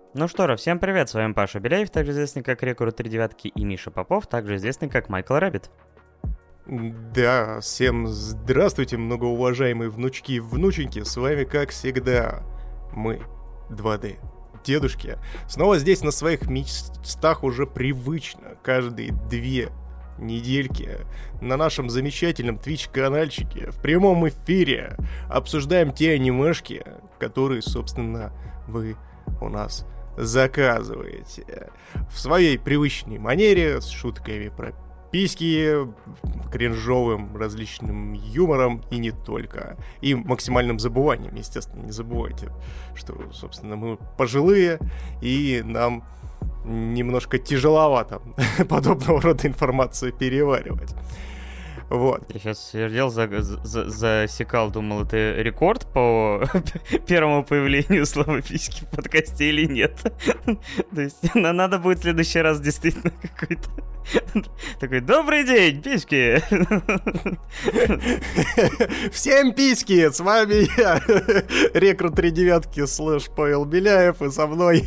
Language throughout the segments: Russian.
Ну что же, всем привет, с вами Паша Беляев, также известный как Рекорд 3 девятки, и Миша Попов, также известный как Майкл Рэббит. Да, всем здравствуйте, многоуважаемые внучки и внученьки, с вами, как всегда, мы, 2D дедушки. Снова здесь на своих местах уже привычно, каждые 2 недельки на нашем замечательном Twitch-канальчике в прямом эфире обсуждаем те анимешки, которые, собственно, вы у нас заказываете. В своей привычной манере, с шутками про письки, кринжовым различным юмором и не только. И максимальным забыванием, естественно, не забывайте, что, собственно, мы пожилые, и нам немножко тяжеловато подобного рода информацию переваривать. Вот. Я сейчас сидел, засекал, думал, это рекорд по первому появлению слова письки в подкасте или нет. То есть надо будет в следующий раз действительно какой-то такой: добрый день, письки! Всем письки! С вами я, Рекрут 3 девятки / Павел Беляев, и со мной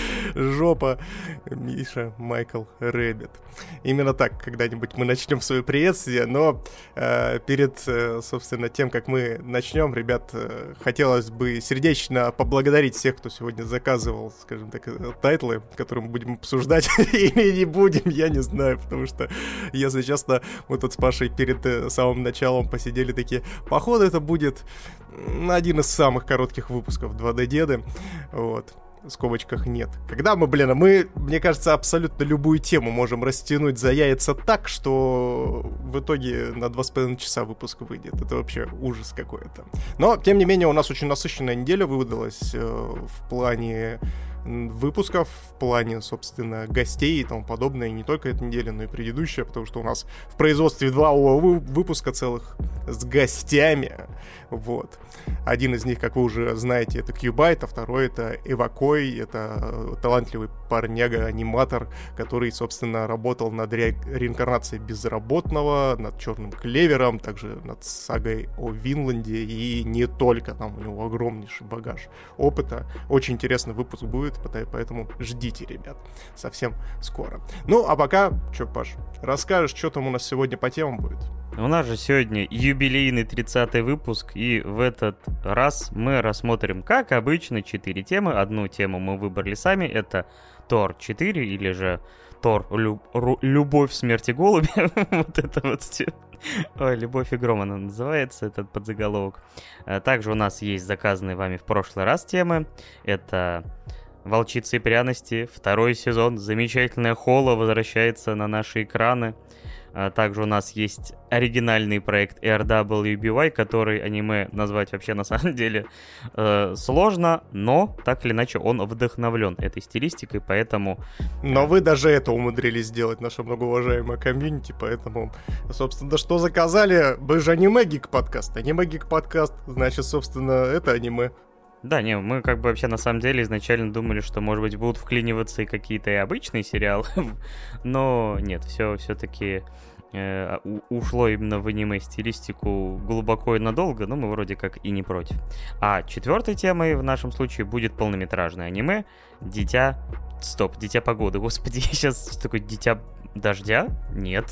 жопа Миша Майкл Рэббит. Именно так когда-нибудь мы начнем свое приветствие, но перед, собственно, тем, как мы начнем, ребят, хотелось бы сердечно поблагодарить всех, кто сегодня заказывал, скажем так, тайтлы, которые мы будем обсуждать, или не будем, я не знаю, потому что, если честно, мы тут с Пашей перед самым началом посидели такие: походу это будет один из самых коротких выпусков 2D-деды, вот. В скобочках нет. Когда мы, мне кажется, абсолютно любую тему можем растянуть за яйца так, что в итоге на 2,5 часа выпуск выйдет. Это вообще ужас какой-то. Но, тем не менее, у нас очень насыщенная неделя выдалась в плане выпусков, в плане, собственно, гостей и тому подобное. И не только эта неделя, но и предыдущая, потому что у нас в производстве 2 выпуска целых с гостями. Вот. Один из них, как вы уже знаете, это Кьюбайт, а второй это Эвакой. Это талантливый парняга-аниматор, который, собственно, работал над реинкарнацией Безработного, над Черным Клевером, также над сагой о Винланде и не только. Там у него огромнейший багаж опыта. Очень интересный выпуск будет, поэтому ждите, ребят, совсем скоро. Ну, а пока, что, Паш, расскажешь, что там у нас сегодня по темам будет? У нас же сегодня юбилейный 30-й выпуск, и в этот раз мы рассмотрим, как обычно, 4 темы. Одну тему мы выбрали сами, это Тор 4, или же Тор Любовь, смерть и голуби. Вот это вот. Ой, Любовь и гром она называется, этот подзаголовок. Также у нас есть заказанные вами в прошлый раз темы. Это Волчицы и пряности, 2-й сезон, замечательная Холо возвращается на наши экраны. Также у нас есть оригинальный проект RWBY, который аниме назвать вообще на самом деле сложно, но так или иначе он вдохновлен этой стилистикой, поэтому... Но вы даже это умудрились сделать, наша многоуважаемая комьюнити, поэтому, собственно, да что заказали? Вы же аниме-гик подкаст. Аниме-гик подкаст, значит, собственно, это аниме. Да, не, мы как бы вообще на самом деле изначально думали, что, может быть, будут вклиниваться и какие-то и обычные сериалы, но нет, все-таки ушло именно в аниме-стилистику глубоко и надолго, но мы вроде как и не против. А 4-й темой в нашем случае будет полнометражное аниме «Дитя погоды». Господи, я сейчас такой «Дитя дождя»? Нет.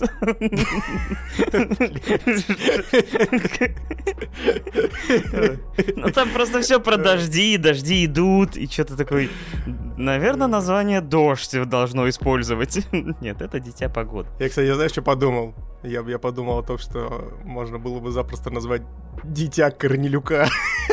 Ну там просто все про дожди идут, и что-то такое. Наверное, название «Дождь» должно использовать. Нет, это «Дитя погоды». Я, кстати, знаешь, что подумал? Я подумал о том, что можно было бы запросто назвать «Дитя Корнелюка».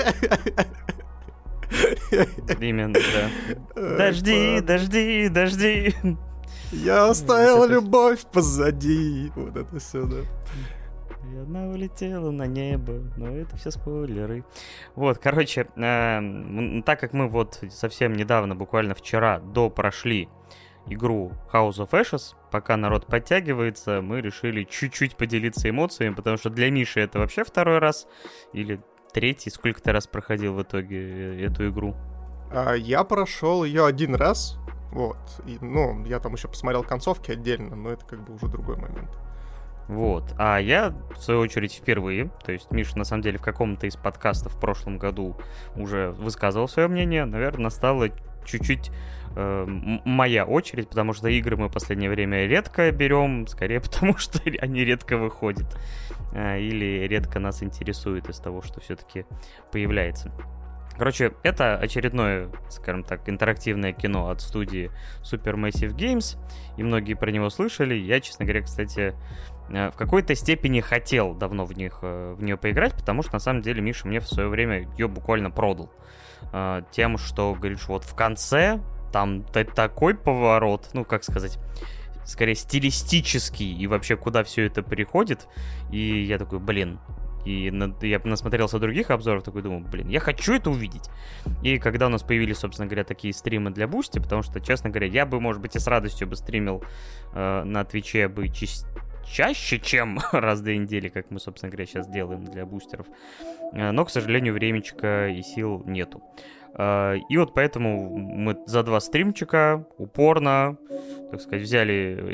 Именно, да. Дожди. Я оставил любовь позади. Вот это все, да. И она улетела на небо, но это все спойлеры. Вот, короче, так как мы вот совсем недавно, буквально вчера, прошли игру House of Ashes, пока народ подтягивается, мы решили чуть-чуть поделиться эмоциями, потому что для Миши это вообще 2-й раз или 3-й. Сколько ты раз проходил в итоге эту игру? Я прошел ее 1 раз. Вот. И, я там еще посмотрел концовки отдельно, но это как бы уже другой момент. Вот. А я, в свою очередь, впервые. То есть Миша, на самом деле, в каком-то из подкастов в прошлом году уже высказывал свое мнение. Наверное, настало чуть-чуть моя очередь, потому что игры мы в последнее время редко берем, скорее потому что они редко выходят. Или редко нас интересует из того, что все-таки появляется. Короче, это очередное, скажем так, интерактивное кино от студии Supermassive Games, и многие про него слышали. Я, честно говоря, кстати, в какой-то степени хотел давно в нее поиграть, потому что, на самом деле, Миша мне в свое время ее буквально продал. Тем, что, говоришь, вот в конце там такой поворот, ну, как сказать, скорее стилистический, и вообще куда все это переходит. И я такой, блин. И я насмотрелся других обзоров, такой думаю, блин, я хочу это увидеть. И когда у нас появились, собственно говоря, такие стримы для Бусти, потому что, честно говоря, я бы, может быть, и с радостью бы стримил на Твиче бы чаще, чем раз в 2 недели, как мы, собственно говоря, сейчас делаем для бустеров. Но, к сожалению, времечка и сил нету. И вот поэтому мы за 2 стримчика упорно, так сказать, взяли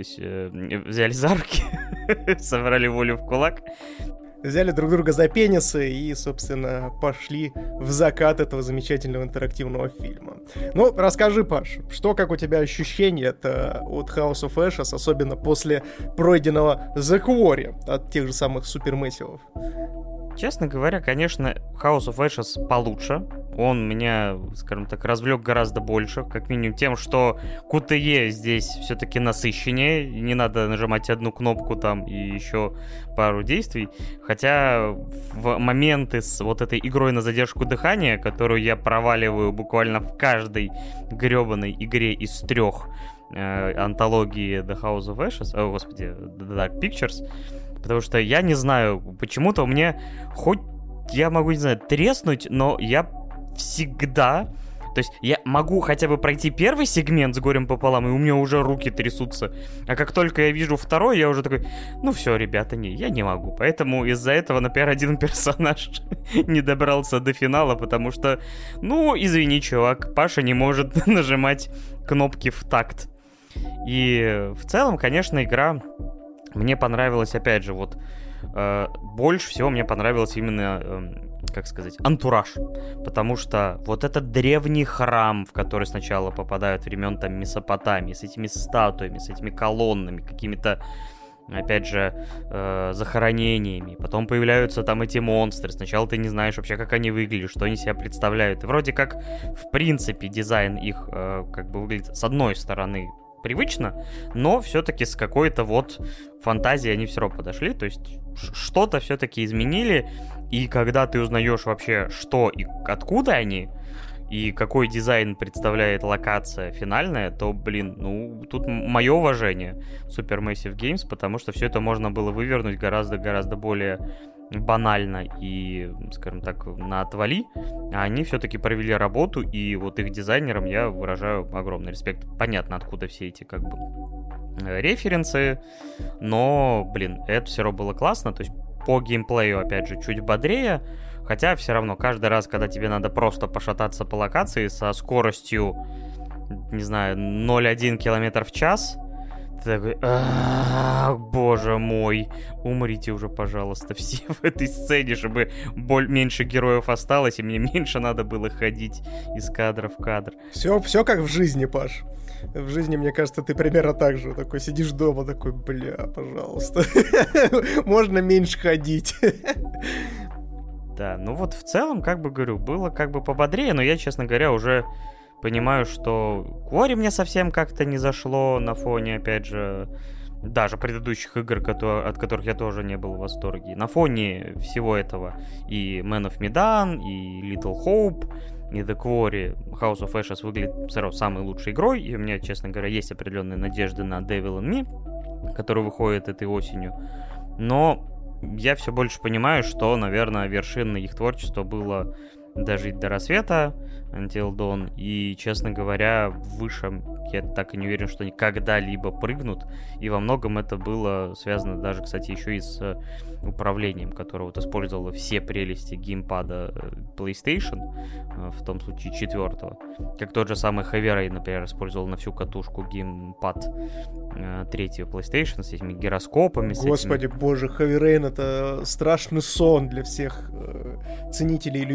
за руки, собрали волю в кулак. Взяли друг друга за пенисы и, собственно, пошли в закат этого замечательного интерактивного фильма. Ну, расскажи, Паш, что, как у тебя ощущения-то от House of Ashes, особенно после пройденного The Quarry от тех же самых Супермэссивов? Честно говоря, конечно, House of Ashes получше. Он меня, скажем так, развлек гораздо больше, как минимум тем, что QTE здесь все-таки насыщеннее, не надо нажимать одну кнопку там и еще пару действий. Хотя в моменты с вот этой игрой на задержку дыхания, которую я проваливаю буквально в каждой гребаной игре из 3 антологии The House of Ashes, The Dark Pictures, потому что я не знаю, почему-то мне хоть я могу, не знаю, треснуть, но я всегда... То есть я могу хотя бы пройти первый сегмент с горем пополам, и у меня уже руки трясутся. А как только я вижу второй, я уже такой, ну все, ребята, я не могу. Поэтому из-за этого, например, один персонаж не добрался до финала, потому что, ну, извини, чувак, Паша не может нажимать кнопки в такт. И в целом, конечно, игра мне понравилась, опять же, вот больше всего мне понравилось именно, как сказать, антураж. Потому что вот этот древний храм, в который сначала попадают времен там Месопотамии, с этими статуями, с этими колоннами, какими-то, опять же, захоронениями. Потом появляются там эти монстры. Сначала ты не знаешь вообще, как они выглядят, что они себя представляют. И вроде как, в принципе, дизайн их как бы выглядит с одной стороны привычно, но все-таки с какой-то вот фантазией они все равно подошли, то есть что-то все-таки изменили, и когда ты узнаешь вообще, что и откуда они, и какой дизайн представляет локация финальная, то, блин, ну, тут мое уважение Supermassive Games, потому что все это можно было вывернуть гораздо-гораздо более банально и, скажем так, на отвали, а они все-таки провели работу, и вот их дизайнерам я выражаю огромный респект. Понятно, откуда все эти, как бы, референсы, но, блин, это все равно было классно, то есть по геймплею, опять же, чуть бодрее, хотя все равно каждый раз, когда тебе надо просто пошататься по локации со скоростью, не знаю, 0,1 км в час, ты такой, боже мой, умрите уже, пожалуйста, все в этой сцене, чтобы меньше героев осталось, и мне меньше надо было ходить из кадра в кадр. Все как в жизни, Паш. В жизни, мне кажется, ты примерно так же. Такой сидишь дома, такой, бля, пожалуйста. Можно меньше ходить. Да, ну вот в целом, как бы говорю, было как бы пободрее, но я, честно говоря, уже понимаю, что Quarry мне совсем как-то не зашло на фоне, опять же, даже предыдущих игр, от которых я тоже не был в восторге. На фоне всего этого и Man of Medan, и Little Hope, и The Quarry, House of Ashes выглядит все равно самой лучшей игрой, и у меня, честно говоря, есть определенные надежды на Devil in Me, который выходит этой осенью. Но я все больше понимаю, что, наверное, вершиной их творчества было «Дожить до рассвета», Until Dawn, и, честно говоря, выше я так и не уверен, что они когда-либо прыгнут, и во многом это было связано даже, кстати, еще и с управлением, которое вот использовало все прелести геймпада PlayStation, в том случае 4-го, как тот же самый Heavy Rain, например, использовал на всю катушку геймпад 3-го PlayStation с этими гироскопами. Господи, боже, Heavy Rain — это страшный сон для всех ценителей и любителей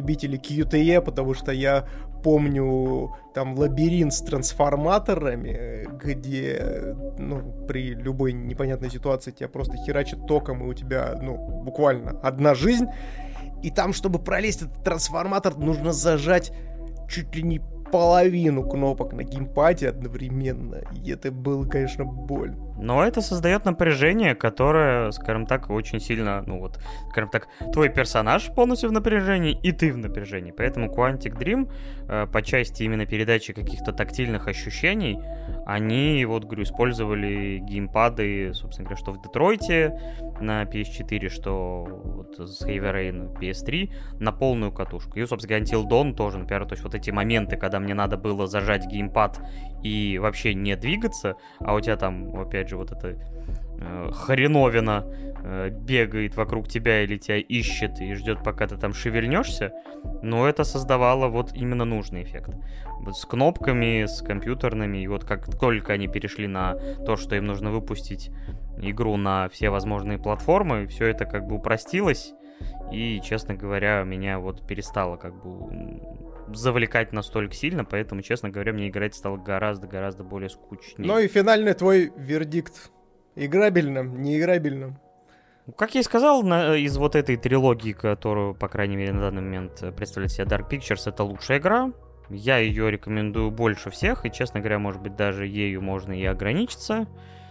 QTE, потому что я помню там лабиринт с трансформаторами, где, ну, при любой непонятной ситуации тебя просто херачит током, и у тебя, ну, буквально одна жизнь. И там, чтобы пролезть этот трансформатор, нужно зажать чуть ли не половину кнопок на геймпаде одновременно. И это было, конечно, боль. Но это создает напряжение, которое, скажем так, очень сильно, ну вот, скажем так, твой персонаж полностью в напряжении, и ты в напряжении. Поэтому Quantic Dream по части именно передачи каких-то тактильных ощущений, они, вот, говорю, использовали геймпады, собственно говоря, что в Детройте на PS4, что вот с Heavy Rain PS3 на полную катушку. И, собственно говоря, Until Dawn тоже, например, то есть вот эти моменты, когда мне надо было зажать геймпад и вообще не двигаться, а у тебя там, опять же, вот эта хреновина бегает вокруг тебя или тебя ищет и ждет, пока ты там шевельнешься, но это создавало вот именно нужный эффект. Вот с кнопками, с компьютерными, и вот как только они перешли на то, что им нужно выпустить игру на все возможные платформы, все это как бы упростилось, и, честно говоря, меня вот перестало как бы завлекать настолько сильно, поэтому, честно говоря, мне играть стало гораздо-гораздо более скучнее. Ну и финальный твой вердикт. Играбельным, неиграбельным? Как я и сказал, из вот этой трилогии, которую, по крайней мере, на данный момент представляет себе Dark Pictures, это лучшая игра. Я ее рекомендую больше всех, и, честно говоря, может быть, даже ею можно и ограничиться.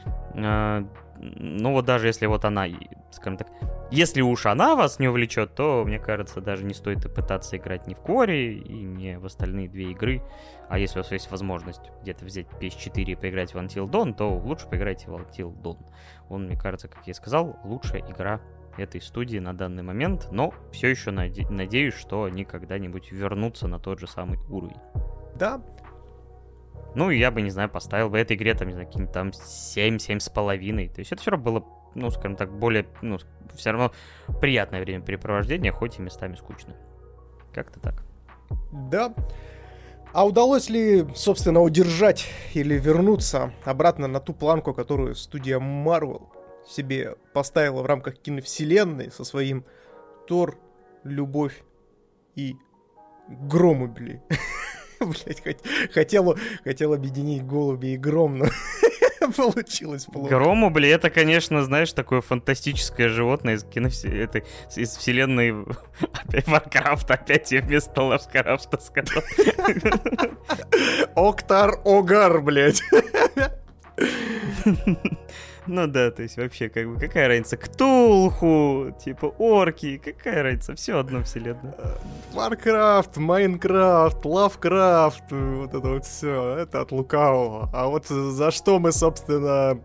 Ну вот даже если вот она, скажем так, если уж она вас не увлечет, то, мне кажется, даже не стоит и пытаться играть ни в Кори, и не в остальные две игры. А если у вас есть возможность где-то взять PS4 и поиграть в Until Dawn, то лучше поиграйте в Until Dawn. Он, мне кажется, как я и сказал, лучшая игра этой студии на данный момент, но все еще надеюсь, что они когда-нибудь вернутся на тот же самый уровень. Да. Ну, я бы, не знаю, поставил бы этой игре, там, не знаю, какие-нибудь там 7-7,5. То есть это все равно было, ну, скажем так, более, ну, все равно приятное времяпрепровождение, хоть и местами скучно. Как-то так. Да. А удалось ли, собственно, удержать или вернуться обратно на ту планку, которую студия Marvel себе поставила в рамках киновселенной со своим Тор, Любовь и Громобли? Блять, хотел объединить голуби и гром, но получилось плохо. Громобли — это, конечно, знаешь, такое фантастическое животное из вселенной опять Варкрафта, опять я вместо Лавкрафта сказал. Октар-Огар, блять. Ну да, то есть вообще, как бы, какая разница? Ктулху, типа орки, какая разница? Все одно вселенная. Варкрафт, Майнкрафт, Лавкрафт, вот это вот все, это от лукавого. А вот за что мы, собственно,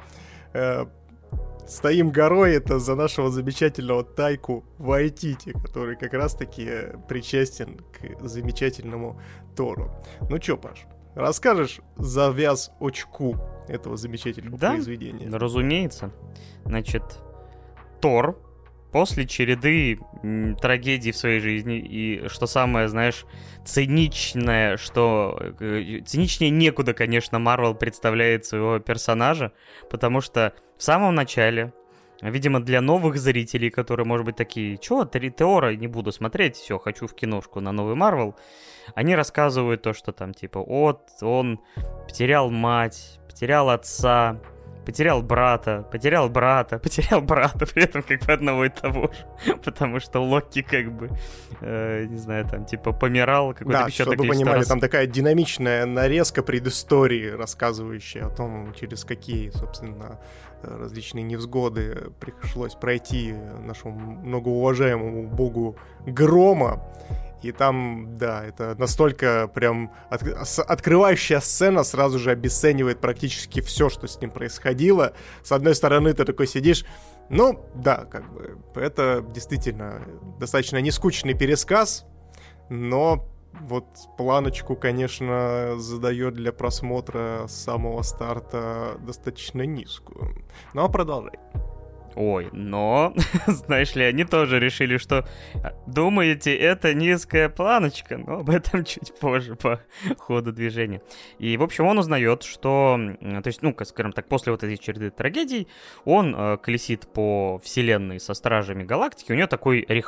стоим горой, это за нашего замечательного Тайку Вайтити, который как раз-таки причастен к замечательному Тору. Ну чё, Паш, расскажешь завяз очку этого замечательного произведения? Да, разумеется. Значит, Тор после череды трагедий в своей жизни, и что самое, знаешь, циничное, что... Циничнее некуда, конечно, Марвел представляет своего персонажа, потому что в самом начале, видимо, для новых зрителей, которые, может быть, такие, чё, Тора не буду смотреть, все, хочу в киношку на новый Марвел, они рассказывают то, что там, типа, вот, он потерял мать, потерял отца, потерял брата, при этом как бы одного и того же, потому что Локи как бы, не знаю, там типа помирал какое-то еще чтобы вы понимали, там такая динамичная нарезка предыстории, рассказывающая о том, через какие, собственно, различные невзгоды пришлось пройти нашему многоуважаемому богу Грома. И там, да, это настолько прям открывающая сцена сразу же обесценивает практически все, что с ним происходило. С одной стороны, ты такой сидишь, ну, да, как бы, это действительно достаточно нескучный пересказ, но вот планочку, конечно, задает для просмотра с самого старта достаточно низкую. Ну, а продолжай. Ой, но, знаешь ли, они тоже решили, что, думаете, это низкая планочка, но об этом чуть позже по ходу движения. И, в общем, он узнает, что, то есть, ну, скажем так, после вот этой череды трагедий, он колесит по вселенной со Стражами Галактики, у него такой рехаб,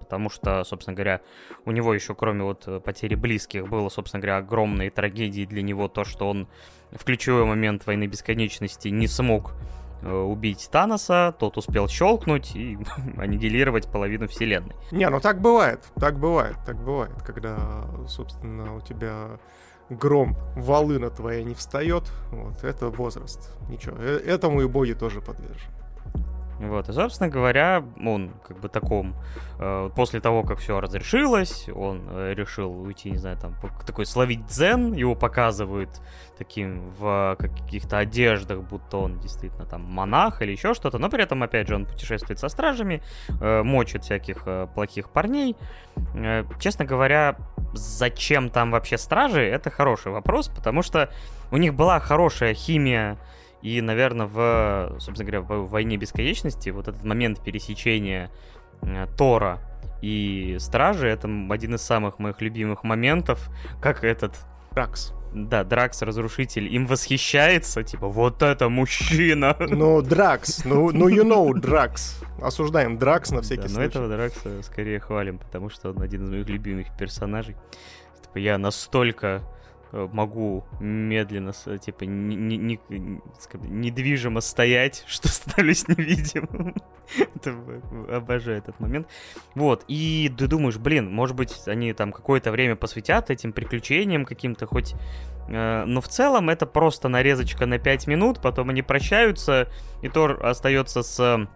потому что, собственно говоря, у него еще, кроме вот потери близких, было, собственно говоря, огромной трагедией для него то, что он в ключевой момент «Войны Бесконечности» не смог убить Таноса, тот успел щелкнуть и аннигилировать половину вселенной. Не, ну так бывает, когда, собственно, у тебя гром, волына твоя не встает, вот, это возраст, ничего, этому и боги тоже подвержены. Вот, и, собственно говоря, он как бы после того, как все разрешилось, он решил уйти, не знаю, там, такой словить дзен, его показывают таким в каких-то одеждах, будто он действительно там монах или еще что-то, но при этом, опять же, он путешествует со стражами, мочит всяких плохих парней. Честно говоря, зачем там вообще стражи, это хороший вопрос, потому что у них была хорошая химия. И, наверное, собственно говоря, в «Войне Бесконечности» вот этот момент пересечения Тора и Стражи — это один из самых моих любимых моментов, как этот... Дракс. Да, Дракс, Разрушитель, им восхищается, типа, вот это мужчина! Ну, Дракс, Дракс. Осуждаем Дракс на всякий случай. Но этого Дракса скорее хвалим, потому что он один из моих любимых персонажей. Типа, я настолько... могу медленно, типа, недвижимо стоять, что становлюсь невидимым. Обожаю этот момент. Вот, и ты думаешь, блин, может быть, они там какое-то время посвятят этим приключениям каким-то хоть... Но в целом это просто нарезочка на 5 минут, потом они прощаются, и Тор остается со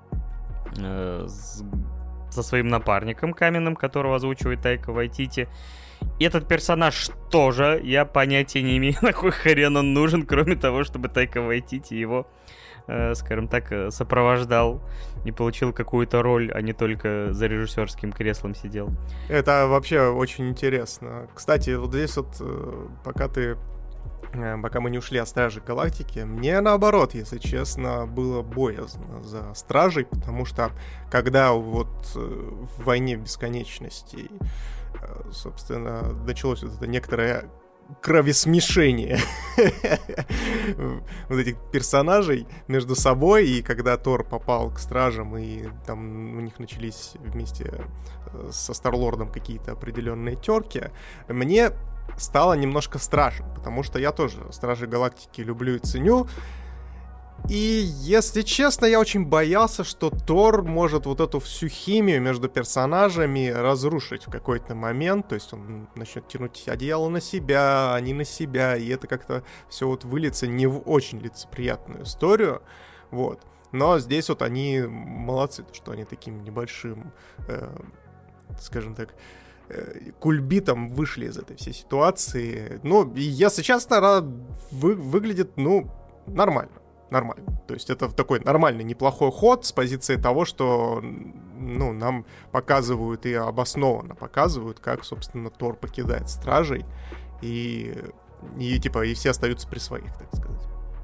своим напарником каменным, которого озвучивает Тайка Вайтити. И этот персонаж тоже, я понятия не имею, на какой хрен он нужен, кроме того, чтобы Тайка Вайтити его, скажем так, сопровождал и получил какую-то роль, а не только за режиссерским креслом сидел. Это вообще очень интересно. Кстати, вот здесь вот, пока мы не ушли от Стражей Галактики, мне наоборот, если честно, было боязно за Стражей, потому что когда вот в «Войне Бесконечности», собственно, началось вот это некоторое кровесмешение вот этих персонажей между собой, и когда Тор попал к Стражам, и там у них начались вместе со Старлордом какие-то определенные терки, мне стало немножко страшно, потому что я тоже Стражи Галактики люблю и ценю. И, если честно, я очень боялся, что Тор может вот эту всю химию между персонажами разрушить в какой-то момент. То есть он начнет тянуть одеяло на себя, они на себя, и это как-то все вот выльется не в очень лицеприятную историю. Вот. Но здесь вот они молодцы, что они таким небольшим, скажем так, кульбитом вышли из этой всей ситуации. Ну, и, если честно, выглядит, нормально. То есть это такой нормальный, неплохой ход с позиции того, что, нам показывают и обоснованно показывают, как, собственно, Тор покидает Стражей, и все остаются при своих, так сказать.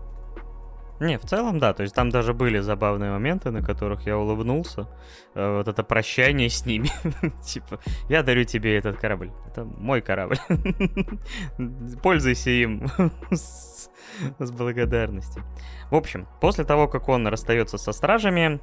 Не, в целом, да, то есть там даже были забавные моменты, на которых я улыбнулся. Вот это прощание с ними. Типа, я дарю тебе этот корабль. Это мой корабль. Пользуйся им с благодарностью. В общем, после того, как он расстается со стражами,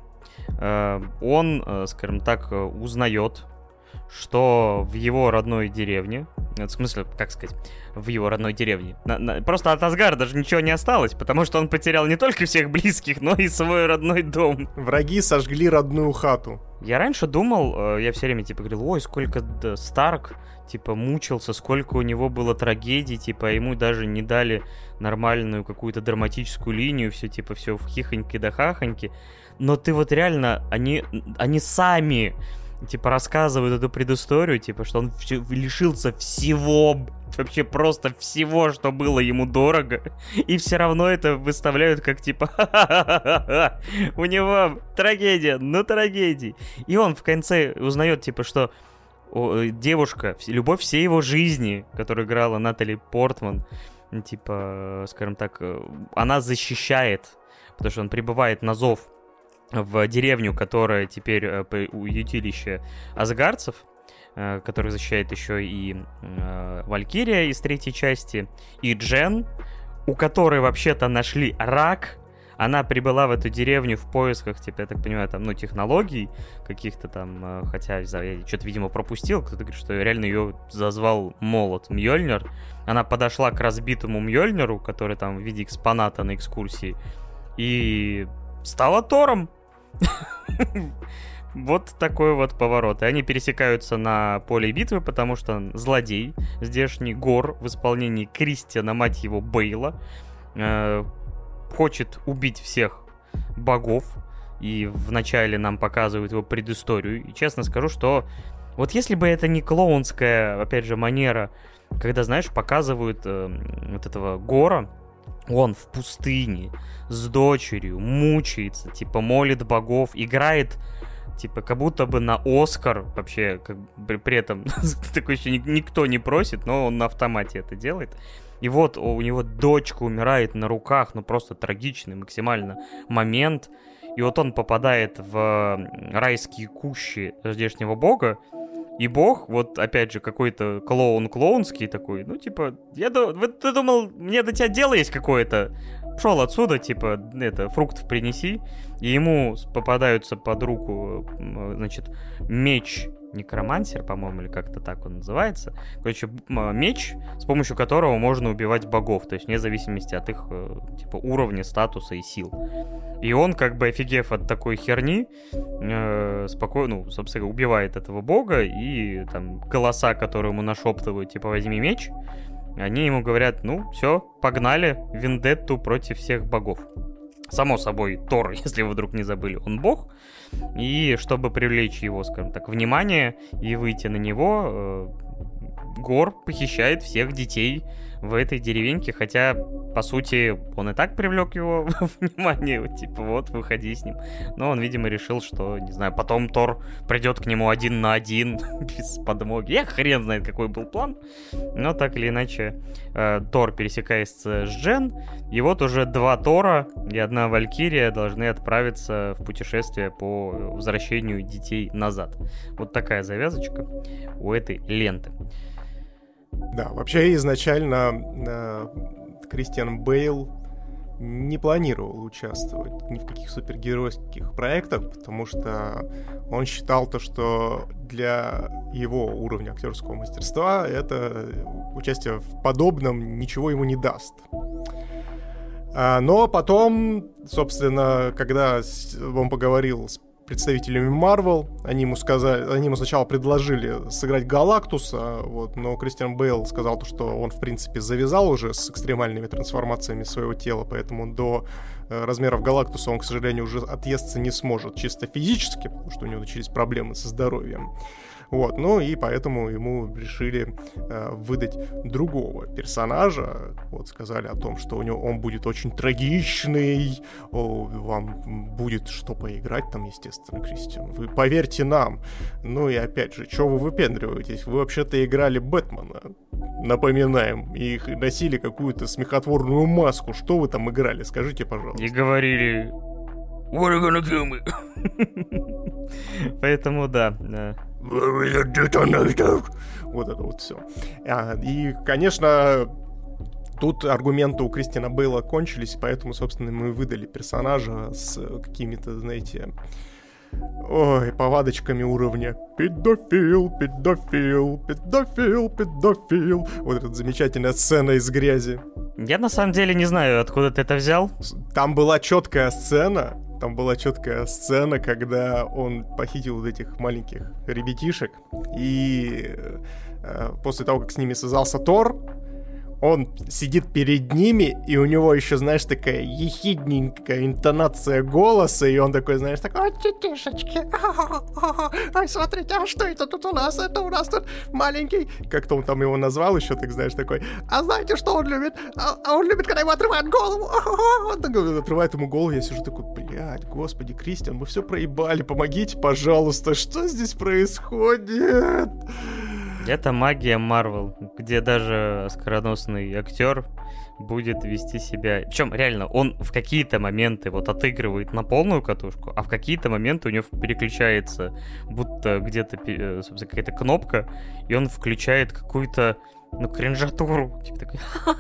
он, скажем так, узнает, что в его родной деревне, в смысле, как сказать, в его родной деревне, просто от Асгарда даже ничего не осталось, потому что он потерял не только всех близких, но и свой родной дом. Враги сожгли родную хату. Я раньше думал, я все время, говорил, ой, сколько Старк, мучился, сколько у него было трагедий, ему даже не дали нормальную какую-то драматическую линию, все, все в хихоньки да хахоньки. Но ты вот реально, они сами, рассказывают эту предысторию, что он лишился всего, вообще просто всего, что было ему дорого, и все равно это выставляют как, у него трагедия, трагедии. И он в конце узнает, что девушка, любовь всей его жизни, которую играла Натали Портман, скажем так, она защищает, потому что он прибывает на зов в деревню, которая теперь уютилище асгардцев, которых защищает еще и Валькирия из третьей части, и Джен, у которой вообще-то нашли рак. она прибыла в эту деревню в поисках, типа, я так понимаю, там, ну, технологий каких-то там, хотя, не знаю, я что-то, видимо, пропустил, кто-то говорит, что реально ее зазвал молот Мьёльнир. Она подошла к разбитому Мьёльниру, который там в виде экспоната на экскурсии, и стала Тором. Вот такой вот поворот. И они пересекаются на поле битвы, потому что злодей, здешний Гор в исполнении Кристиана, мать его, Бейла, хочет убить всех богов. И вначале нам показывают его предысторию. И честно скажу, что вот если бы это не клоунская, опять же, манера, когда, знаешь, показывают вот этого Гора, он в пустыне с дочерью мучается, типа молит богов, играет, типа как будто бы на Оскар вообще, как бы, при этом такой еще никто не просит, но он на автомате это делает. И вот у него дочка умирает на руках, ну просто трагичный максимально момент. И вот он попадает в райские кущи здешнего бога. И бог, вот опять же, какой-то клоун клоунский такой, ну, типа, ты думал, мне до тебя дело есть какое-то? Пшел отсюда, типа, фруктов принеси. И ему попадаются под руку, значит, меч некромансер, по-моему, или как-то так он называется. Короче, меч, с помощью которого можно убивать богов, то есть вне зависимости от их, типа, уровня, статуса и сил. И он, как бы офигев от такой херни, спокойно, ну, собственно, убивает этого бога, и там голоса, которые ему нашептывают, типа, возьми меч, они ему говорят, ну, все, погнали, вендетту против всех богов. Само собой, Тор, если вы вдруг не забыли, он бог. И чтобы привлечь его, скажем так, внимание и выйти на него, Гор похищает всех детей в этой деревеньке, хотя, по сути, он и так привлек его внимание, типа, вот, выходи с ним. Но он, видимо, решил, что, не знаю, потом Тор придет к нему 1 на 1, без подмоги. Я хрен знает, какой был план. Но так или иначе, Тор пересекается с Джен, и вот уже 2 Тора и 1 Валькирия должны отправиться в путешествие по возвращению детей назад. Вот такая завязочка у этой ленты. Да, вообще изначально Кристиан Бейл не планировал участвовать ни в каких супергеройских проектах, потому что он считал то, что для его уровня актерского мастерства это участие в подобном ничего ему не даст. Но потом, собственно, когда он поговорил с представителями Marvel, они ему сначала предложили сыграть Галактуса, вот, но Кристиан Бейл сказал, что он, в принципе, завязал уже с экстремальными трансформациями своего тела, поэтому до размеров Галактуса он, к сожалению, уже отъесться не сможет чисто физически, потому что у него начались проблемы со здоровьем. Вот, ну и поэтому ему решили выдать другого персонажа. Вот, сказали о том, что он будет очень трагичный, вам будет что поиграть там, естественно, Кристиан. Вы поверьте нам. Ну и опять же, что вы выпендриваетесь? Вы вообще-то играли Бэтмена, напоминаем, и носили какую-то смехотворную маску. Что вы там играли? Скажите, пожалуйста. И говорили... What are you gonna kill me? Поэтому да. Вот это вот все. И, конечно, тут аргументы у Кристиана Бейла кончились, поэтому, собственно, мы выдали персонажа с какими-то, знаете, повадочками уровня педофил. Вот эта замечательная сцена из грязи. Я на самом деле не знаю, откуда ты это взял. Там была четкая сцена, когда он похитил вот этих маленьких ребятишек, и после того, как с ними связался Тор, он сидит перед ними, и у него еще, знаешь, такая ехидненькая интонация голоса, и он такой, знаешь, такой: «Ой, детишечки, ой, смотрите, а что это тут у нас? Это у нас тут маленький...» Как-то он там его назвал еще, так знаешь, такой: «А знаете, что он любит? А он любит, когда ему отрывают голову!» Он такой отрывает ему голову, я сижу такой: «Блядь, господи, Кристиан, мы все проебали, помогите, пожалуйста, что здесь происходит?» Это магия Marvel, где даже скороносный актер будет вести себя... Причем, реально, он в какие-то моменты вот отыгрывает на полную катушку, а в какие-то моменты у него переключается, будто где-то, собственно, какая-то кнопка, и он включает какую-то ну, кринжатуру. Типа такой...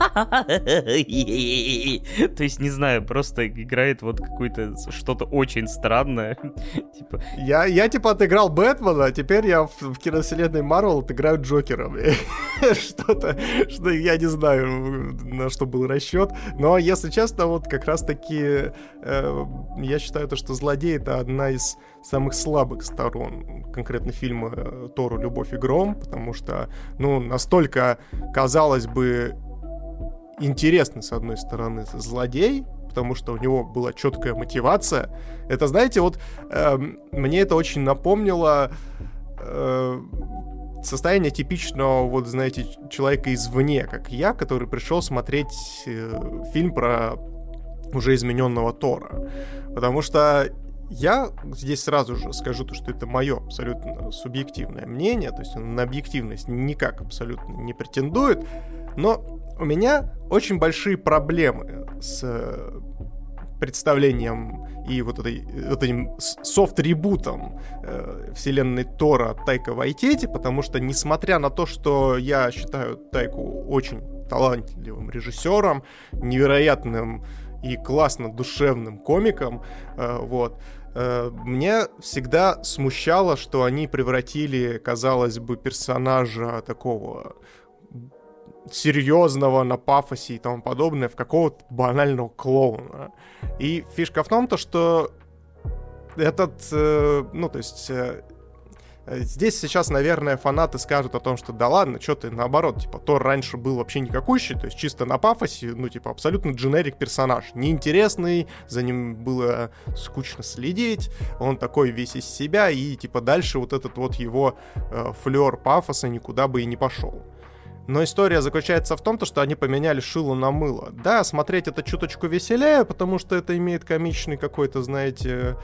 То есть, не знаю, просто играет вот какое-то что-то очень странное. Типа... Я типа отыграл Бэтмена, а теперь я в киновселенной Марвел отыграю Джокера. Что-то, что я не знаю, на что был расчет. Но, если честно, вот как раз-таки я считаю, что злодей — это одна из самых слабых сторон конкретно фильма «Тору. Любовь и гром», потому что, ну, настолько, казалось бы, интересный, с одной стороны, злодей, потому что у него была четкая мотивация. Это, знаете, вот мне это очень напомнило состояние типичного, вот, знаете, человека извне, как я, который пришел смотреть фильм про уже измененного Тора. Потому что я здесь сразу же скажу, что это мое абсолютно субъективное мнение, то есть он на объективность никак абсолютно не претендует, но у меня очень большие проблемы с представлением и вот этим софт-ребутом вселенной Тора от Тайка Вайтити, потому что, несмотря на то, что я считаю Тайку очень талантливым режиссером, невероятным и классно душевным комиком, вот, мне всегда смущало, что они превратили, казалось бы, персонажа такого серьезного, на пафосе и тому подобное в какого-то банального клоуна. И фишка в том, что этот, ну, то есть... Здесь сейчас, наверное, фанаты скажут о том, что да ладно, что ты, наоборот, типа, Тор раньше был вообще никакущий, то есть чисто на пафосе, ну, типа, абсолютно дженерик персонаж, неинтересный, за ним было скучно следить, он такой весь из себя, и, типа, дальше вот этот вот его флёр пафоса никуда бы и не пошел. Но история заключается в том, что они поменяли шило на мыло. Да, смотреть это чуточку веселее, потому что это имеет комичный какой-то, знаете,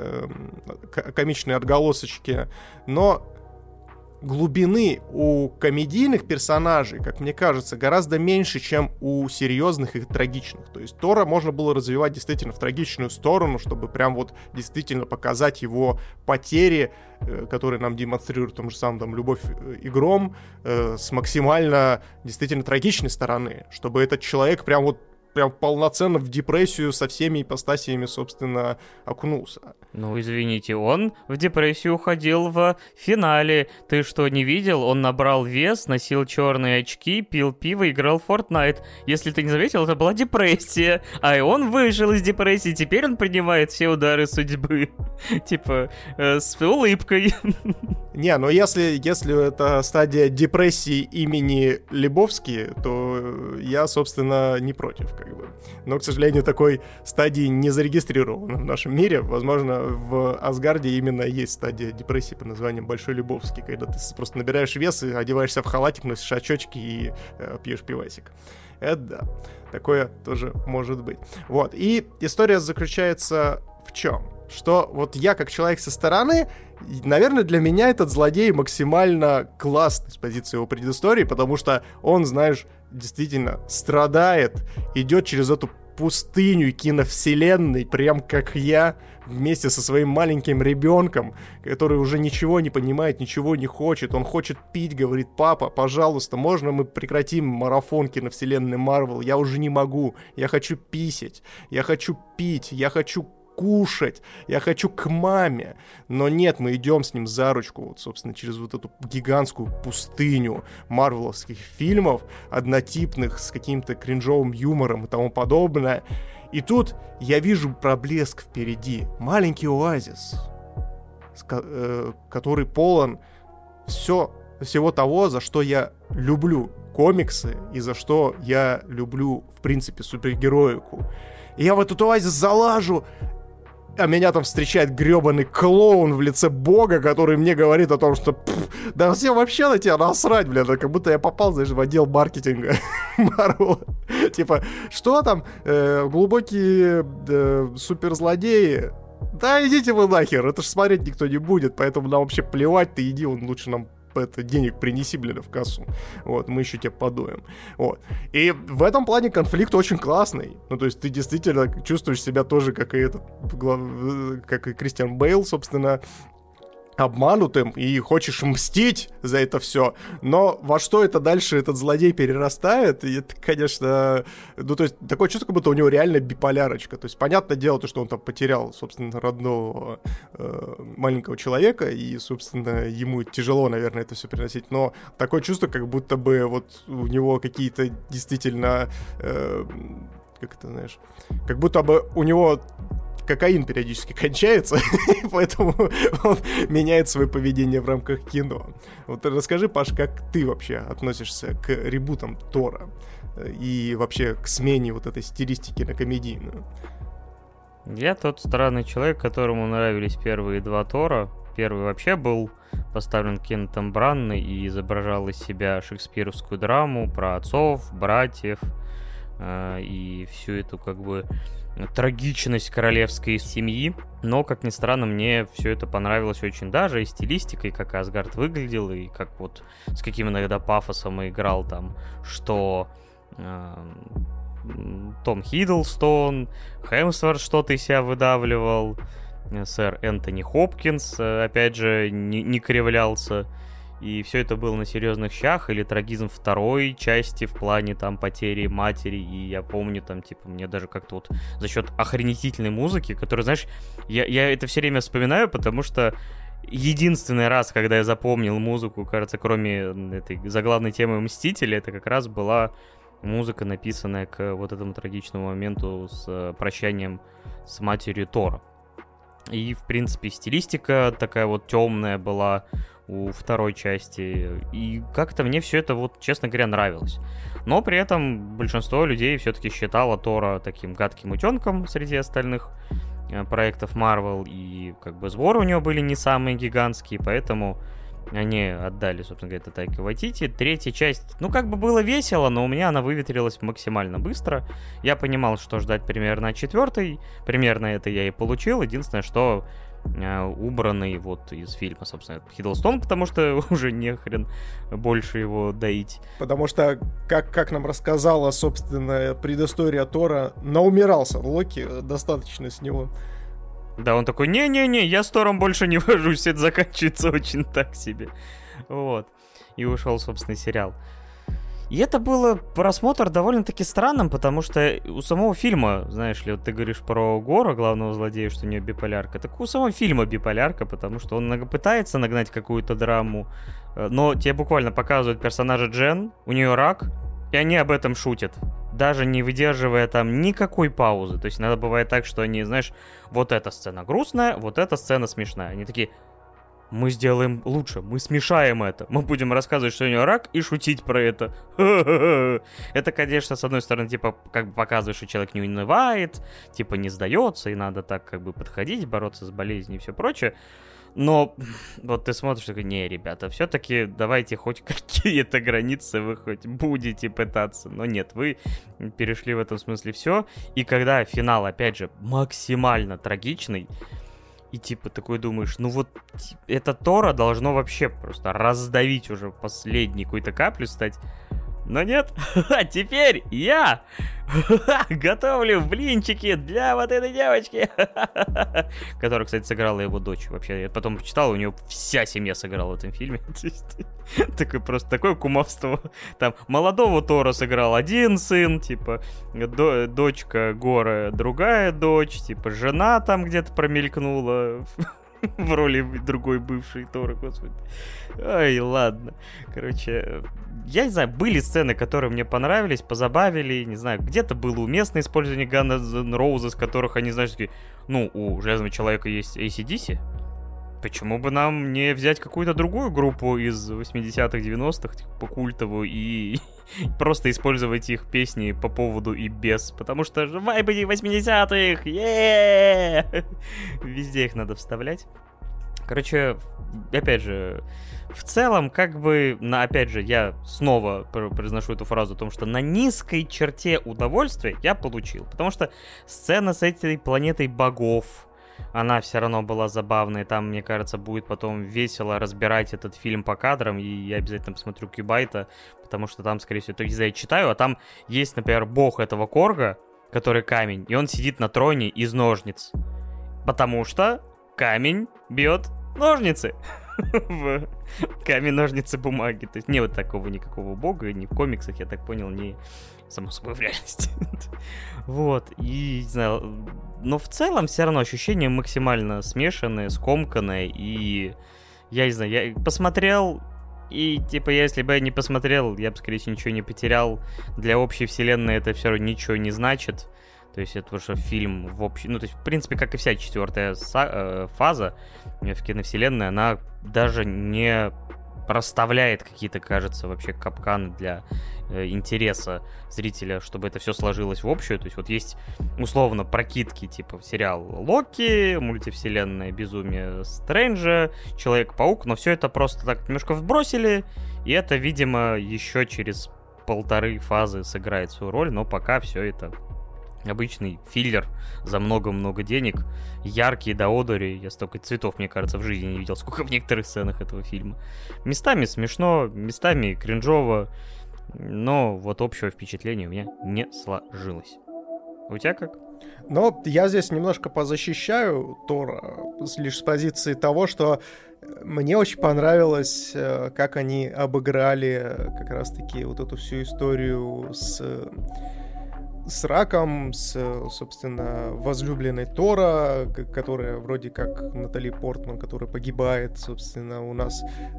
комичные отголосочки. Но глубины у комедийных персонажей, как мне кажется, гораздо меньше, чем у серьезных и трагичных. То есть Тора можно было развивать действительно в трагичную сторону, чтобы прям вот действительно показать его потери, которые нам демонстрируют в том же самом там «Любовь и гром», с максимально действительно трагичной стороны, чтобы этот человек прям полноценно в депрессию со всеми ипостасиями, собственно, окунулся. Ну, извините, он в депрессию уходил в финале. Ты что, не видел? Он набрал вес, носил черные очки, пил пиво, играл в Fortnite. Если ты не заметил, это была депрессия. А и он выжил из депрессии, теперь он принимает все удары судьбы. Типа, с улыбкой. Не, но если это стадия депрессии имени Лебовски, то я, собственно, не против, как бы. Но, к сожалению, такой стадии не зарегистрировано в нашем мире. Возможно, в Асгарде именно есть стадия депрессии под названием Большой Лебовский, когда ты просто набираешь вес и одеваешься в халатик, носишь очочки и пьешь пивасик. Это да, такое тоже может быть. Вот, и история заключается в чем? Что вот я, как человек со стороны, наверное, для меня этот злодей максимально классный с позиции его предыстории, потому что он, знаешь, действительно страдает, идет через эту пустыню киновселенной, прям как я, вместе со своим маленьким ребенком, который уже ничего не понимает, ничего не хочет. Он хочет пить, говорит: папа, пожалуйста, можно мы прекратим марафон киновселенной Марвел? Я уже не могу, я хочу писать, я хочу пить, я хочу кушать, я хочу к маме. Но нет, мы идем с ним за ручку, вот, собственно, через вот эту гигантскую пустыню марвеловских фильмов, однотипных, с каким-то кринжовым юмором и тому подобное. И тут я вижу проблеск впереди. Маленький оазис, который полон всего того, за что я люблю комиксы и за что я люблю, в принципе, супергероику. И я в этот оазис залажу, а меня там встречает гребаный клоун в лице бога, который мне говорит о том, что да все вообще на тебя насрать, блядь, как будто я попал, знаешь, в отдел маркетинга Марвел. Типа, что там, глубокие суперзлодеи? Да идите вы нахер, это ж смотреть никто не будет, поэтому нам вообще плевать, ты иди, он лучше нам денег принеси, блин, в кассу. Вот, мы еще тебя подуем. Вот. И в этом плане конфликт очень классный. Ну, то есть ты действительно чувствуешь себя тоже, как и Кристиан Бейл, собственно, обманутым и хочешь мстить за это все, но во что это дальше этот злодей перерастает, и это, конечно, ну, то есть, такое чувство, как будто у него реально биполярочка, то есть, понятное дело, то, что он там потерял, собственно, родного маленького человека, и, собственно, ему тяжело, наверное, это все переносить, но такое чувство, как будто бы вот у него какие-то действительно, как это, знаешь, как будто бы у него кокаин периодически кончается, поэтому он меняет свое поведение в рамках кино. Вот расскажи, Паш, как ты вообще относишься к ребутам Тора и вообще к смене вот этой стилистики на комедийную? Я тот странный человек, которому нравились первые два Тора. Первый вообще был поставлен Кеннетом Бранной и изображал из себя шекспировскую драму про отцов, братьев и всю эту как бы трагичность королевской семьи, но, как ни странно, мне все это понравилось очень даже, и стилистикой, как Асгард выглядел, и как вот с каким иногда пафосом играл там, что Том Хиддлстон, Хемсворт что-то из себя выдавливал, сэр Энтони Хопкинс, опять же, не кривлялся. И все это было на серьезных щах, или трагизм второй части в плане там потери матери. И я помню там, типа, мне даже как-то вот за счет охренительной музыки, которую, знаешь, я это все время вспоминаю, потому что единственный раз, когда я запомнил музыку, кажется, кроме этой заглавной темы «Мстители», это как раз была музыка, написанная к вот этому трагичному моменту с прощанием с матерью Тора. И, в принципе, стилистика такая вот темная была у второй части. И как-то мне все это, вот, честно говоря, нравилось. Но при этом большинство людей все-таки считало Тора таким гадким утенком среди остальных проектов Marvel. И как бы сборы у него были не самые гигантские, поэтому они отдали, собственно говоря, Тайка Вайтити. Третья часть, ну, как бы было весело, но у меня она выветрилась максимально быстро. Я понимал, что ждать примерно от четвертой. Примерно это я и получил. Единственное, что убранный вот из фильма, собственно, Хиддлстон, потому что уже не хрен больше его доить. Потому что, как нам рассказала, собственно, предыстория Тора, наумирался Локи, достаточно с него. Да, он такой, не-не-не, я с Тором больше не вожусь, это заканчивается очень так себе. Вот. И ушел, собственно, сериал. И это было просмотр довольно-таки странным, потому что у самого фильма, знаешь ли, вот ты говоришь про Гора, главного злодея, что у него биполярка, так у самого фильма биполярка, потому что он пытается нагнать какую-то драму, но тебе буквально показывают персонажа Джен, у нее рак, и они об этом шутят, даже не выдерживая там никакой паузы. То есть иногда бывает так, что они, знаешь, вот эта сцена грустная, вот эта сцена смешная. Они такие, мы сделаем лучше, мы смешаем это. Мы будем рассказывать, что у него рак, и шутить про это. Это, конечно, с одной стороны, типа, как бы показывает, что человек не унывает, типа, не сдается, и надо так, как бы, подходить, бороться с болезнью и все прочее. Но вот ты смотришь, такой, не, ребята, все-таки давайте хоть какие-то границы вы хоть будете пытаться. Но нет, вы перешли в этом смысле все. И когда финал, опять же, максимально трагичный, и типа такой думаешь, ну вот это Тора должно вообще просто раздавить уже последней какой-то каплю стать. Но нет, а теперь я готовлю блинчики для вот этой девочки, которая, кстати, сыграла его дочь. Вообще, я потом почитал, у нее вся семья сыграла в этом фильме. Такое просто такое кумовство. Там молодого Тора сыграл один сын, типа дочка Гора другая дочь, типа жена там где-то промелькнула в роли другой бывшей Торы, господи. Ой, ладно. Короче, я не знаю, были сцены, которые мне понравились, позабавили, не знаю, где-то было уместно использование Guns N' Roses, которых они, знаешь, такие, ну, у Железного Человека есть AC/DC, почему бы нам не взять какую-то другую группу из 80-х, 90-х, типа культовую, и просто использовать их песни по поводу и без, потому что вайбы 80-х, везде их надо вставлять. Короче, опять же, в целом, как бы, опять же, я снова произношу эту фразу о том, что на низкой черте удовольствия я получил, потому что сцена с этой планетой богов, она все равно была забавной. Там, мне кажется, будет потом весело разбирать этот фильм по кадрам. И я обязательно посмотрю Кьюбайта, потому что там, скорее всего, то есть я читаю, а там есть, например, бог этого Корга, который камень, и он сидит на троне из ножниц. Потому что камень бьет ножницы в камень, ножницы, бумаги. То есть не вот такого никакого бога, ни в комиксах, я так понял, ни само собой в реальности. Вот, и, не знаю, но в целом все равно ощущения максимально смешанные, скомканные, и я не знаю, я посмотрел, и, типа, если бы я не посмотрел, я бы, скорее всего, ничего не потерял. Для общей вселенной это все равно ничего не значит. То есть это уже фильм в общем... Ну, то есть, в принципе, как и вся четвертая фаза в киновселенной, она даже не расставляет какие-то, кажется, вообще капканы для интереса зрителя, чтобы это все сложилось в общую. То есть вот есть, условно, прокидки, типа сериал Локи, мультивселенная безумие Стрэнджа, Человек-паук, но все это просто так немножко вбросили, и это, видимо, еще через 1.5 фазы сыграет свою роль, но пока все это обычный филлер за много-много денег, яркий до одури. Я столько цветов, мне кажется, в жизни не видел, сколько в некоторых сценах этого фильма. Местами смешно, местами кринжово, но вот общего впечатления у меня не сложилось. У тебя как? Но я здесь немножко позащищаю Тора лишь с позиции того, что мне очень понравилось, как они обыграли как раз-таки вот эту всю историю с раком, с, собственно, возлюбленной Тора, которая вроде как Натали Портман, которая погибает, собственно, у нас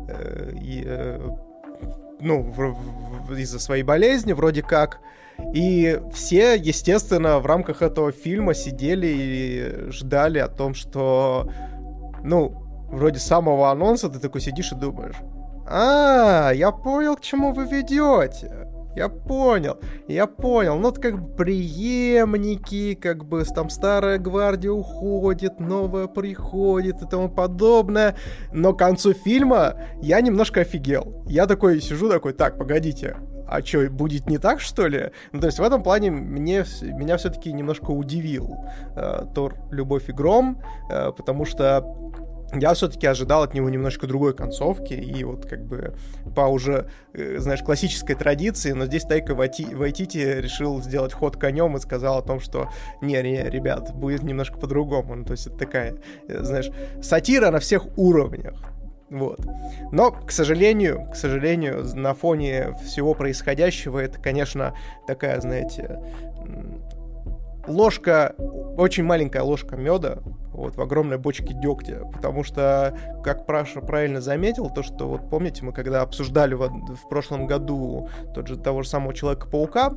из-за своей болезни, вроде как. И все, естественно, в рамках этого фильма сидели и ждали о том, что, вроде самого анонса ты такой сидишь и думаешь: я понял, к чему вы ведете. Я понял. Ну, это как бы преемники, как бы там старая гвардия уходит, новая приходит и тому подобное. Но к концу фильма я немножко офигел. Я такой сижу, так, погодите, а что, будет не так, что ли? Ну, то есть в этом плане меня все-таки немножко удивил Тор: Любовь и гром, потому что я все-таки ожидал от него немножко другой концовки, и вот как бы по уже, классической традиции, но здесь Тайка Вайтити решил сделать ход конем и сказал о том, что не, ребят, будет немножко по-другому. Ну, то есть это такая, сатира на всех уровнях. Вот. Но, к сожалению, на фоне всего происходящего, это, конечно, такая, очень маленькая ложка меда в огромной бочке дегтя, потому что, как Праша правильно заметил, то, что вот помните, мы когда обсуждали в прошлом году того же самого Человека-паука,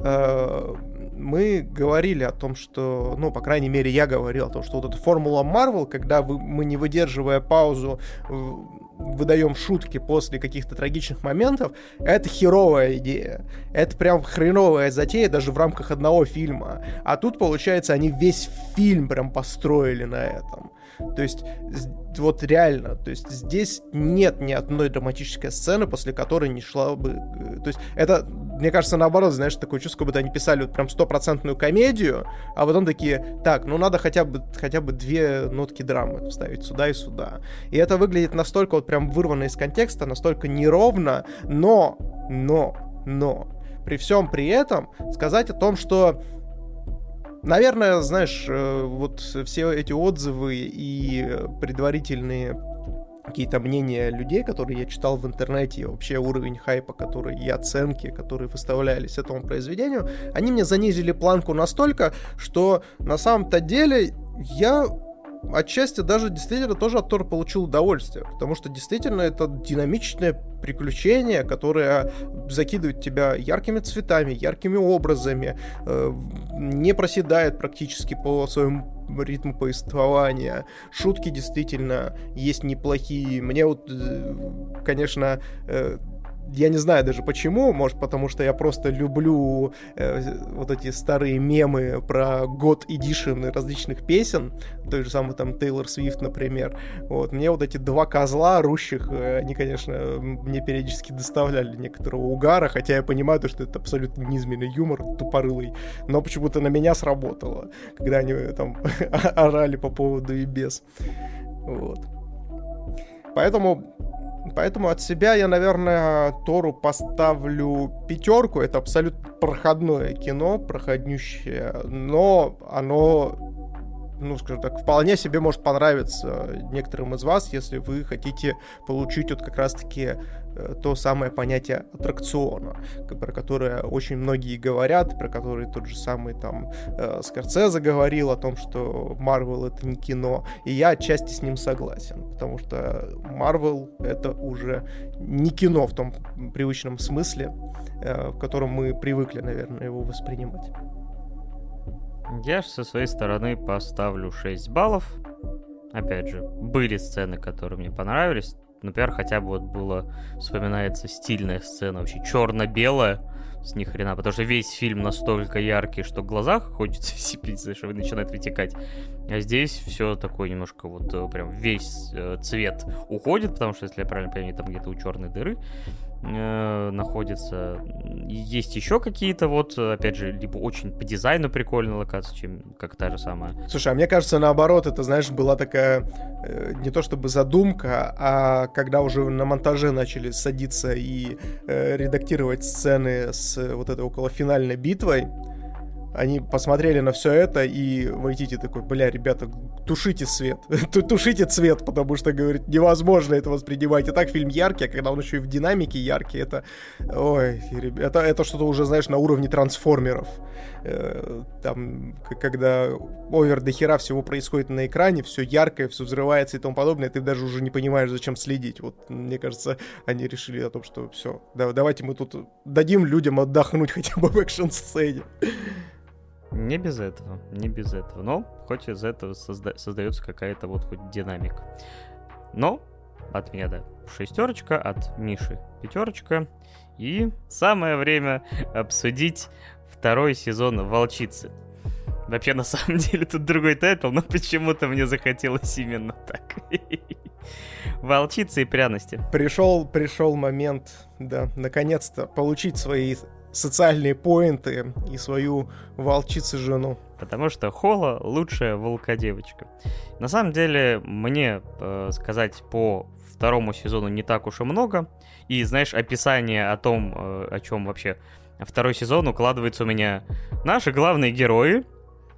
мы говорили о том, что, по крайней мере, я говорил о том, что вот эта формула Marvel, когда мы, не выдерживая паузу, выдаем шутки после каких-то трагичных моментов, это херовая идея. Это прям хреновая затея даже в рамках одного фильма. А тут, получается, они весь фильм прям построили на этом. То есть, вот реально, то есть здесь нет ни одной драматической сцены, после которой не шла бы... То есть это, мне кажется, наоборот, такое чувство, как будто они писали вот прям 100% комедию, а потом такие: так, надо хотя бы 2 нотки драмы вставить сюда и сюда. И это выглядит настолько вот прям вырвано из контекста, настолько неровно, но при всем при этом сказать о том, что, наверное, вот все эти отзывы и предварительные какие-то мнения людей, которые я читал в интернете, и вообще уровень хайпа, и оценки, которые выставлялись этому произведению, они мне занизили планку настолько, что на самом-то деле я отчасти даже действительно тоже от Тора получил удовольствие, потому что действительно это динамичное приключение, которое закидывает тебя яркими цветами, яркими образами, не проседает практически по своему ритму повествования. Шутки действительно есть неплохие. Мне вот, конечно, я не знаю даже почему, может потому что я просто люблю вот эти старые мемы про God Edition различных песен, той же самой там Тейлор Свифт, например. Вот. Мне вот эти 2 козла орущих, они, конечно, мне периодически доставляли некоторого угара, хотя я понимаю, что это абсолютно низменный юмор, тупорылый, но почему-то на меня сработало, когда они там орали по поводу и без. Вот. Поэтому от себя я, наверное, Тору поставлю 5. Это абсолютно проходное кино, проходнющее, но оно ну, скажем так, вполне себе может понравиться некоторым из вас, если вы хотите получить вот как раз-таки то самое понятие аттракциона, про которое очень многие говорят, про который тот же самый там Скорсезе говорил о том, что Marvel — это не кино, и я отчасти с ним согласен, потому что Marvel — это уже не кино в том привычном смысле, в котором мы привыкли, наверное, его воспринимать. Я же со своей стороны поставлю 6 баллов. Опять же, были сцены, которые мне понравились. Например, хотя бы вот было, вспоминается стильная сцена, вообще черно-белая, с ни хрена, потому что весь фильм настолько яркий, что в глазах хочется сипить, что начинает вытекать. А здесь все такое немножко вот прям весь цвет уходит, потому что, если я правильно понимаю, там где-то у черной дыры находится. Есть еще какие-то вот, опять же, либо очень по дизайну прикольная локация, чем как та же самая. Слушай, а мне кажется, наоборот, это, знаешь, была такая не то чтобы задумка, а когда уже на монтаже начали садиться и редактировать сцены с вот этой околофинальной битвой, они посмотрели на все это, и Вайтити такой: бля, ребята, тушите свет, тушите цвет, потому что, говорит, невозможно это воспринимать. И так фильм яркий, а когда он еще и в динамике яркий, это, ой, ребята, это что-то уже, знаешь, на уровне трансформеров. Там, когда овер до хера всего происходит на экране, все яркое, все взрывается и тому подобное, ты даже уже не понимаешь, зачем следить. Вот, мне кажется, они решили о том, что все, давайте мы тут дадим людям отдохнуть хотя бы в экшн-сцене. Не без этого, не без этого. Но хоть из этого создается какая-то вот хоть динамика. Но от меня, да, 6, от Миши 5. И самое время обсудить 2 сезон «Волчицы». Вообще, на самом деле, тут другой тайтл, но почему-то мне захотелось именно так. «Волчицы и пряности». Пришел момент, да, наконец-то получить свои социальные поинты и свою волчицу-жену. Потому что Холла лучшая волкодевочка. На самом деле, мне сказать по 2 сезону не так уж и много. И, знаешь, описание о том, о чем вообще 2 сезон укладывается у меня. Наши главные герои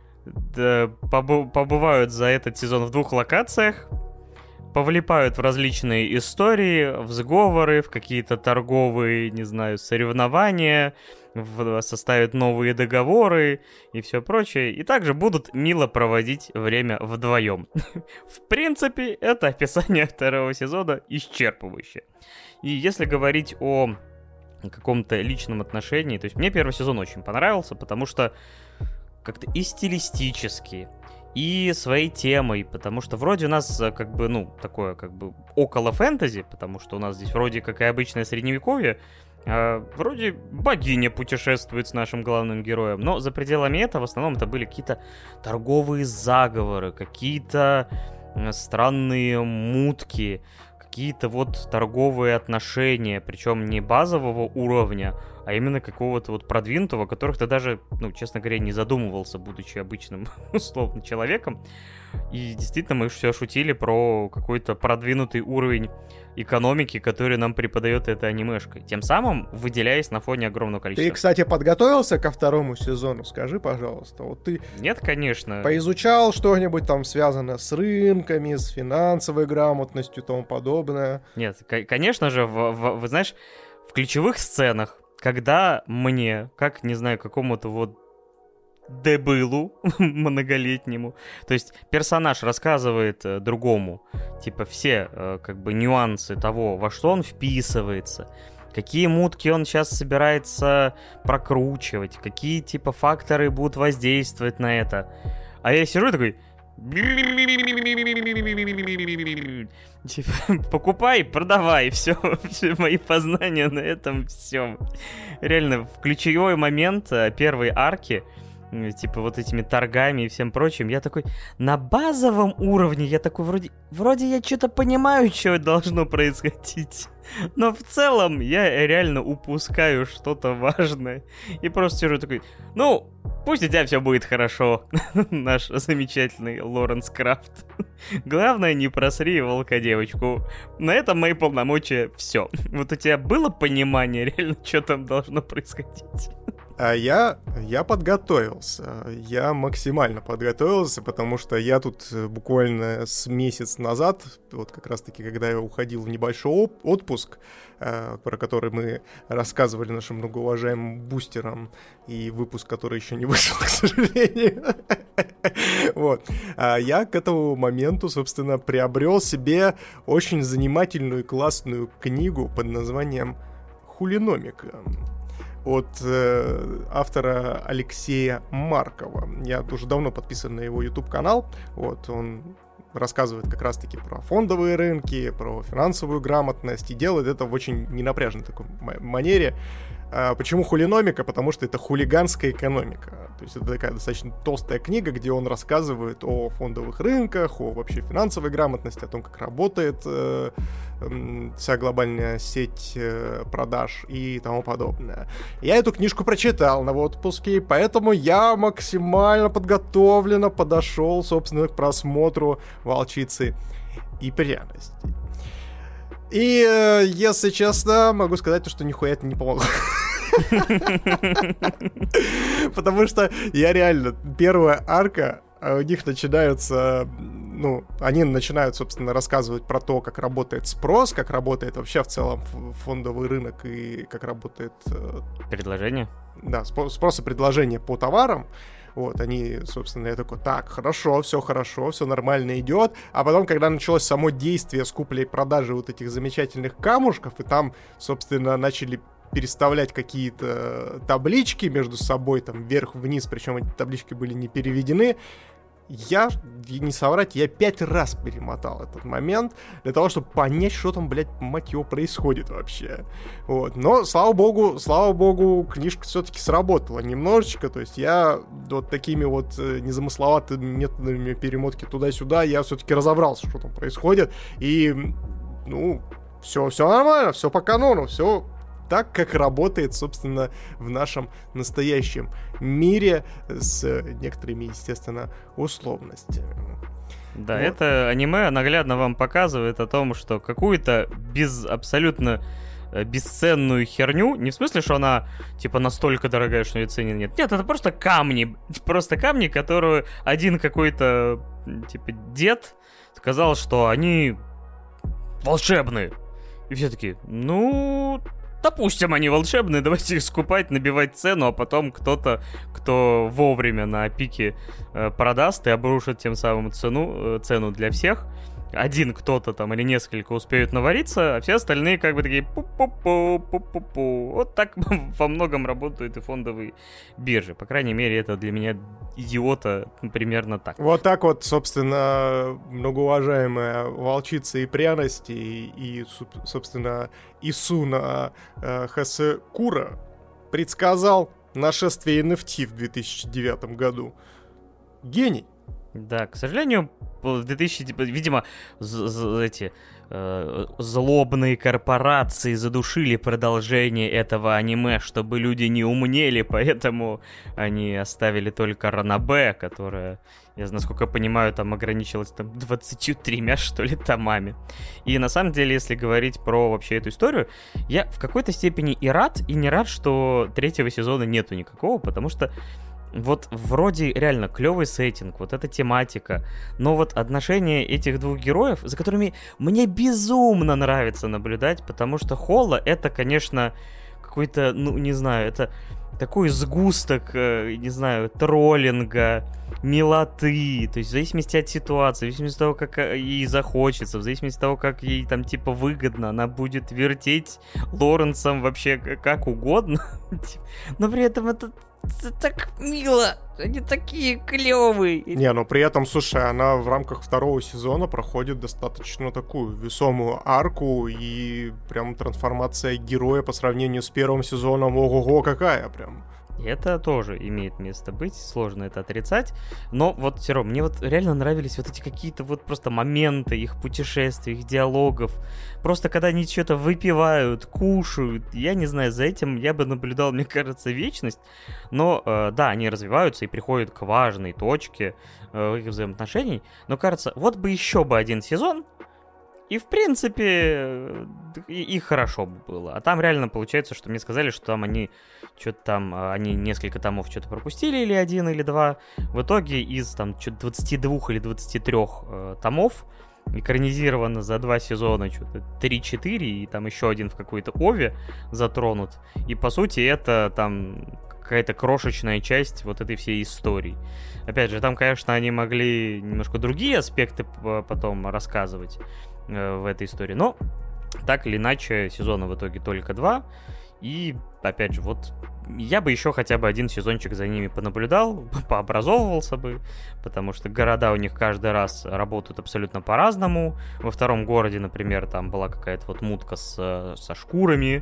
побывают за этот сезон в 2 локациях, повлипают в различные истории, в сговоры, в какие-то торговые, не знаю, соревнования, составят новые договоры и все прочее, и также будут мило проводить время вдвоем. В принципе, это описание 2 сезона исчерпывающее. И если говорить о каком-то личном отношении, то есть мне 1 сезон очень понравился, потому что как-то и стилистически, и своей темой, потому что вроде у нас как бы, ну, такое как бы около фэнтези, потому что у нас здесь вроде как и обычное средневековье, вроде богиня путешествует с нашим главным героем, но за пределами этого в основном это были какие-то торговые заговоры, какие-то странные мутки, какие-то вот торговые отношения, причем не базового уровня, а именно какого-то вот продвинутого, о которых ты даже, ну, честно говоря, не задумывался, будучи обычным условно человеком. И действительно мы все шутили про какой-то продвинутый уровень экономики, который нам преподает эта анимешка, тем самым выделяясь на фоне огромного количества. Ты, кстати, подготовился ко 2 сезону? Скажи, пожалуйста. Вот ты... Нет, конечно. Поизучал что-нибудь там связанное с рынками, с финансовой грамотностью и тому подобное? Нет, конечно же, вы знаешь, в ключевых сценах, когда мне, как, не знаю, какому-то вот дебилу многолетнему, то есть персонаж рассказывает другому, типа, все как бы нюансы того, во что он вписывается, какие мутки он сейчас собирается прокручивать, какие, типа, факторы будут воздействовать на это. А я сижу и такой... Типа, покупай, продавай, все мои познания на этом все. Реально, в ключевой момент первой арки, типа вот этими торгами и всем прочим, я такой, на базовом уровне, я такой, вроде я что-то понимаю, что должно происходить, но в целом я реально упускаю что-то важное. И просто сижу такой, ну, пусть у тебя все будет хорошо, наш замечательный Лоренс Крафт. Главное, не просри волка-девочку. На этом мои полномочия все. Вот у тебя было понимание реально, что там должно происходить? Я подготовился, я максимально подготовился, потому что я тут буквально с месяц назад, вот как раз-таки, когда я уходил в небольшой отпуск, про который мы рассказывали нашим многоуважаемым бустерам, и выпуск, который еще не вышел, к сожалению, вот, я к этому моменту, собственно, приобрел себе очень занимательную и классную книгу под названием «Хулиномика» от автора Алексея Маркова. Я уже давно подписан на его YouTube-канал. Вот, он рассказывает как раз-таки про фондовые рынки, про финансовую грамотность, и делает это в очень ненапряженной такой манере. Почему хулиномика? Потому что это хулиганская экономика. То есть это такая достаточно толстая книга, где он рассказывает о фондовых рынках, о вообще финансовой грамотности, о том, как работает вся глобальная сеть продаж и тому подобное. Я эту книжку прочитал на отпуске, поэтому я максимально подготовленно подошел, собственно, к просмотру «Волчицы и пряности». И, если честно, могу сказать, что нихуя это не помогло. Потому что я реально, первая арка, у них начинаются, они начинают, собственно, рассказывать про то, как работает спрос, как работает вообще в целом фондовый рынок и как работает... Предложение? Да, спрос и предложение по товарам. Вот, они, собственно, я такой, так, хорошо, все нормально идет. А потом, когда началось само действие с куплей и продажей вот этих замечательных камушков, и там, собственно, начали переставлять какие-то таблички между собой, там, вверх-вниз, причем эти таблички были не переведены, я, не соврать, я 5 раз перемотал этот момент для того, чтобы понять, что там, блядь, мать его, происходит вообще. Вот. Но, слава богу, книжка все-таки сработала немножечко, то есть я вот такими вот незамысловатыми методами перемотки туда-сюда, я все-таки разобрался, что там происходит, и, все нормально, все по канону, все так, как работает, собственно, в нашем настоящем мире с некоторыми, естественно, условностями. Да, вот. Это аниме наглядно вам показывает о том, что какую-то абсолютно бесценную херню, не в смысле, что она, типа, настолько дорогая, что ее цены нет. Нет, это просто камни, которые один какой-то, типа, дед сказал, что они волшебные. И все такие, допустим, они волшебные, давайте их скупать, набивать цену, а потом кто-то, кто вовремя на пике продаст и обрушит тем самым цену для всех. Один кто-то там или несколько успеют навариться, а все остальные как бы такие пу-пу-пу. Вот так во многом работают и фондовые биржи. По крайней мере, это для меня, идиота, примерно так. Вот так вот, собственно, многоуважаемая волчица и пряности и собственно, Исуна Хасекура предсказал нашествие NFT в 2009 году. Гений. Да, к сожалению, в 2000, видимо, эти злобные корпорации задушили продолжение этого аниме, чтобы люди не умнели, поэтому они оставили только ранобэ, которая, я, насколько понимаю, там ограничилась 23, что ли, томами. И на самом деле, если говорить про вообще эту историю, я в какой-то степени и рад, и не рад, что 3-го сезона нету никакого, потому что вот вроде реально клевый сеттинг, вот эта тематика, но вот отношения этих двух героев, за которыми мне безумно нравится наблюдать, потому что Холла это, конечно, какой-то, не знаю, это такой сгусток, не знаю, троллинга, милоты, то есть в зависимости от ситуации, в зависимости от того, как ей захочется, в зависимости от того, как ей там типа выгодно, она будет вертеть Лоренсом вообще как угодно, но при этом это так мило, они такие клевые. Не, но при этом, слушай, она в рамках 2-го сезона проходит достаточно такую весомую арку, и прям трансформация героя по сравнению с 1-м сезоном, ого-го, какая прям. Это тоже имеет место быть, сложно это отрицать, но вот все равно мне вот реально нравились вот эти какие-то вот просто моменты их путешествий, их диалогов, просто когда они что-то выпивают, кушают, я не знаю, за этим я бы наблюдал, мне кажется, вечность, но да, они развиваются и приходят к важной точке их взаимоотношений, но кажется, вот бы еще бы один сезон, И, в принципе, и хорошо бы было. А там реально получается, что мне сказали, что там они несколько томов что-то пропустили, или 1, или 2. В итоге из там что-то 22 или 23 томов экранизировано за 2 сезона что-то 3-4, и там еще один в какой-то Ове затронут. И, по сути, это там какая-то крошечная часть вот этой всей истории. Опять же, там, конечно, они могли немножко другие аспекты потом рассказывать в этой истории, но так или иначе сезона в итоге только 2. И, опять же, вот я бы еще хотя бы 1 сезончик за ними понаблюдал, пообразовывался бы, потому что города у них каждый раз работают абсолютно по-разному. Во втором городе, например, там была какая-то вот мутка со шкурами.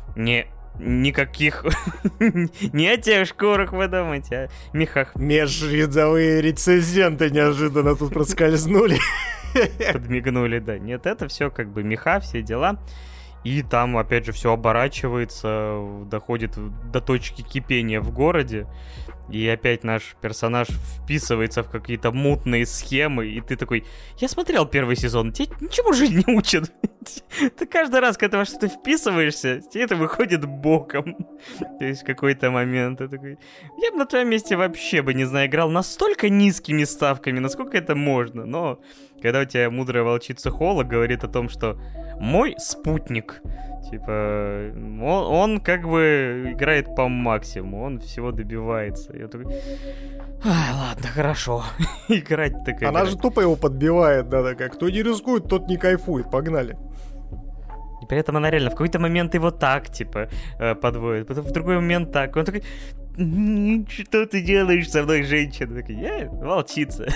Никаких не о тех шкурах вы думаете, а мехах. Межвидовые рецензенты неожиданно тут проскользнули. Подмигнули, да. Нет, это все как бы меха, все дела. И там, опять же, все оборачивается, доходит до точки кипения в городе. И опять наш персонаж вписывается в какие-то мутные схемы. И ты такой, я смотрел первый сезон, тебе ничего жизнь не учат. Ты каждый раз, когда во что-то вписываешься, тебе это выходит боком. То есть в какой-то момент ты такой, я бы на твоем месте вообще бы, не знаю, играл настолько низкими ставками, насколько это можно. Но когда у тебя мудрая волчица Холла говорит о том, что мой спутник, типа, он как бы играет по максимуму, он всего добивается. Я такой, ладно, хорошо, играть так. Она же тупо его подбивает, да, как кто не рискует, тот не кайфует, погнали. И при этом она реально в какой-то момент его так, типа, подводит, потом в другой момент так. Он такой, что ты делаешь со мной, женщина? Такой, я волчица.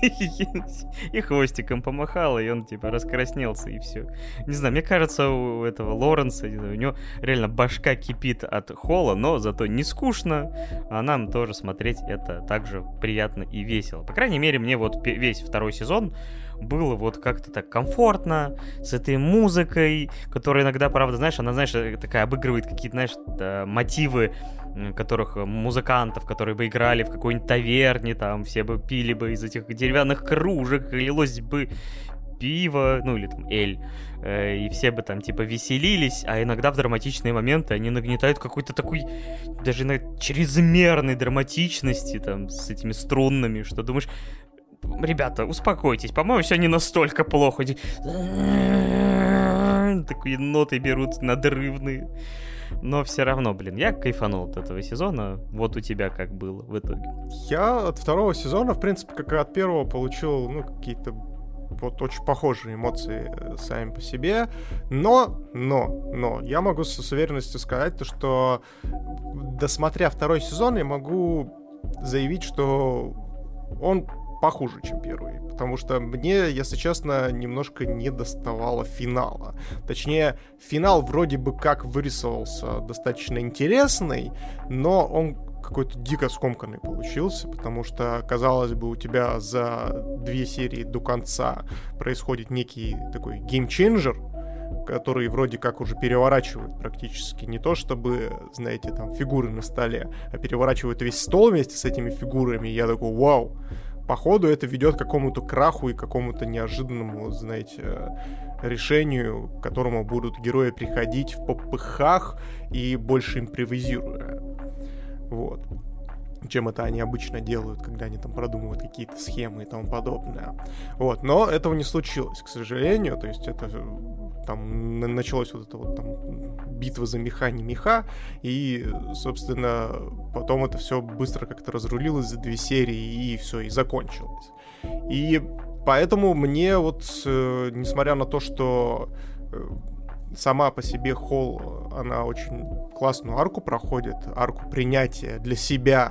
И хвостиком помахала, и он, типа, раскраснелся, и все. Не знаю, мне кажется, у этого Лоренса, у него реально башка кипит от Холла, но зато не скучно, а нам тоже смотреть это также приятно и весело. По крайней мере, мне вот весь второй сезон было вот как-то так комфортно, с этой музыкой, которая иногда, правда, знаешь, она, знаешь, такая обыгрывает какие-то, знаешь, мотивы, которых музыкантов, которые бы играли в какой-нибудь таверне, там, все бы пили бы из этих деревянных кружек, лилось бы пиво, ну, или там эль, и все бы там, типа, веселились, а иногда в драматичные моменты они нагнетают какой-то такой, даже на чрезмерной драматичности, там, с этими струнными, что думаешь, ребята, успокойтесь, по-моему, все не настолько плохо. Такие ноты берут надрывные. Но все равно, блин, я кайфанул от этого сезона. Вот у тебя как было в итоге? Я от второго сезона, в принципе, как и от первого, получил, ну, какие-то вот очень похожие эмоции сами по себе. Но, я могу с уверенностью сказать, то, что, досмотря второй сезон, я могу заявить, что он похуже, чем первый. Потому что мне, если честно, немножко не доставало финала. Точнее, финал вроде бы как вырисовался достаточно интересный, но он какой-то дико скомканный получился, потому что, казалось бы, у тебя за 2 серии до конца происходит некий такой геймченджер, который вроде как уже переворачивает практически не то, чтобы, знаете, там фигуры на столе, а переворачивает весь стол вместе с этими фигурами, и я такой, вау, походу это ведет к какому-то краху и какому-то неожиданному, знаете, решению, к которому будут герои приходить в попыхах и больше импровизируя. Вот. Чем это они обычно делают, когда они там продумывают какие-то схемы и тому подобное. Вот. Но этого не случилось, к сожалению. То есть это там началась вот эта вот там битва за меха, не меха. И, собственно, потом это все быстро как-то разрулилось за 2 серии, и все, и закончилось. И поэтому мне вот, несмотря на то, что сама по себе Холл, она очень классную арку проходит, арку принятия для себя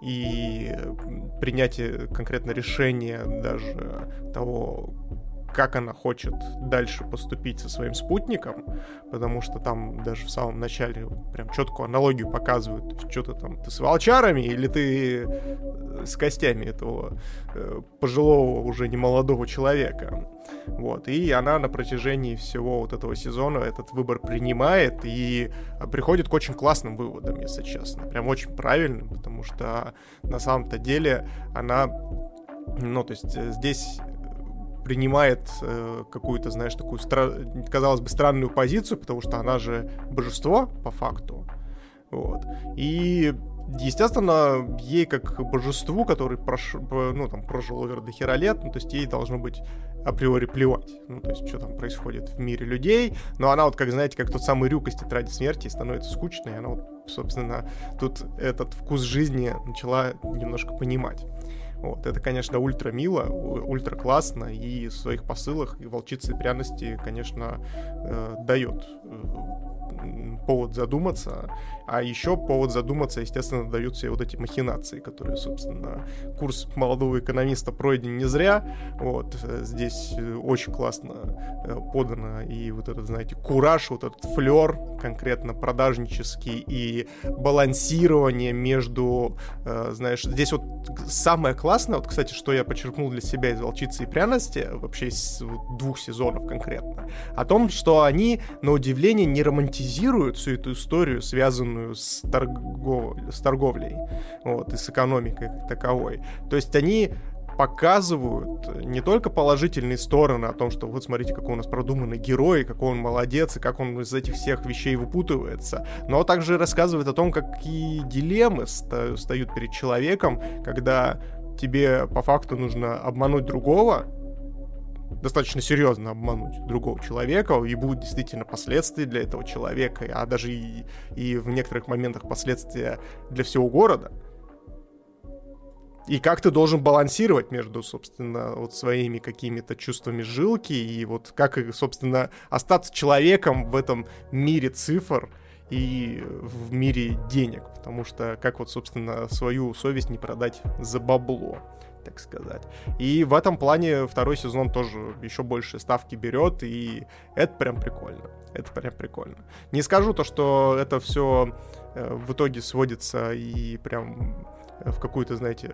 и принятия конкретно решения даже того, как она хочет дальше поступить со своим спутником, потому что там даже в самом начале прям четкую аналогию показывают, то есть что-то там, ты с волчарами или ты с костями этого пожилого уже немолодого человека. Вот, и она на протяжении всего вот этого сезона этот выбор принимает и приходит к очень классным выводам, если честно, прям очень правильным, потому что на самом-то деле она, ну, то есть здесь принимает какую-то, знаешь, такую, казалось бы, странную позицию, потому что она же божество, по факту. Вот. И, естественно, ей как божеству, который прожил овер до хера лет, то есть ей должно быть априори плевать, то есть что там происходит в мире людей, но она вот, как, знаете, как тот самый Рюк из «Тетради смерти», становится скучной, и она вот, собственно, тут этот вкус жизни начала немножко понимать. Вот, это, конечно, ультра мило, ультра классно, и в своих посылах и «Волчица и пряности», конечно, дает повод задуматься, а еще повод задуматься, естественно, дают все вот эти махинации, которые, собственно, курс молодого экономиста пройден не зря, вот, здесь очень классно подано, и вот этот, знаете, кураж, вот этот флер, конкретно продажнический, и балансирование между, знаешь, здесь вот самое классное, вот, кстати, что я подчеркнул для себя из «Волчицы и пряности», вообще из 2 сезонов конкретно, о том, что они, на удивление, не романтизируют всю эту историю, связанную с торговлей, вот, и с экономикой как таковой. То есть они показывают не только положительные стороны о том, что вот смотрите, какой у нас продуманный герой, какой он молодец, и как он из этих всех вещей выпутывается, но также рассказывает о том, какие дилеммы встают перед человеком, когда тебе по факту нужно обмануть другого, достаточно серьезно обмануть другого человека, и будут действительно последствия для этого человека, а даже и в некоторых моментах последствия для всего города. И как ты должен балансировать между, собственно, вот своими какими-то чувствами жилки, и вот как, собственно, остаться человеком в этом мире цифр и в мире денег, потому что как вот, собственно, свою совесть не продать за бабло, так сказать. И в этом плане 2-й сезон тоже еще больше ставки берет, и это прям прикольно. Это прям прикольно. Не скажу то, что это все в итоге сводится и прям в какую-то, знаете,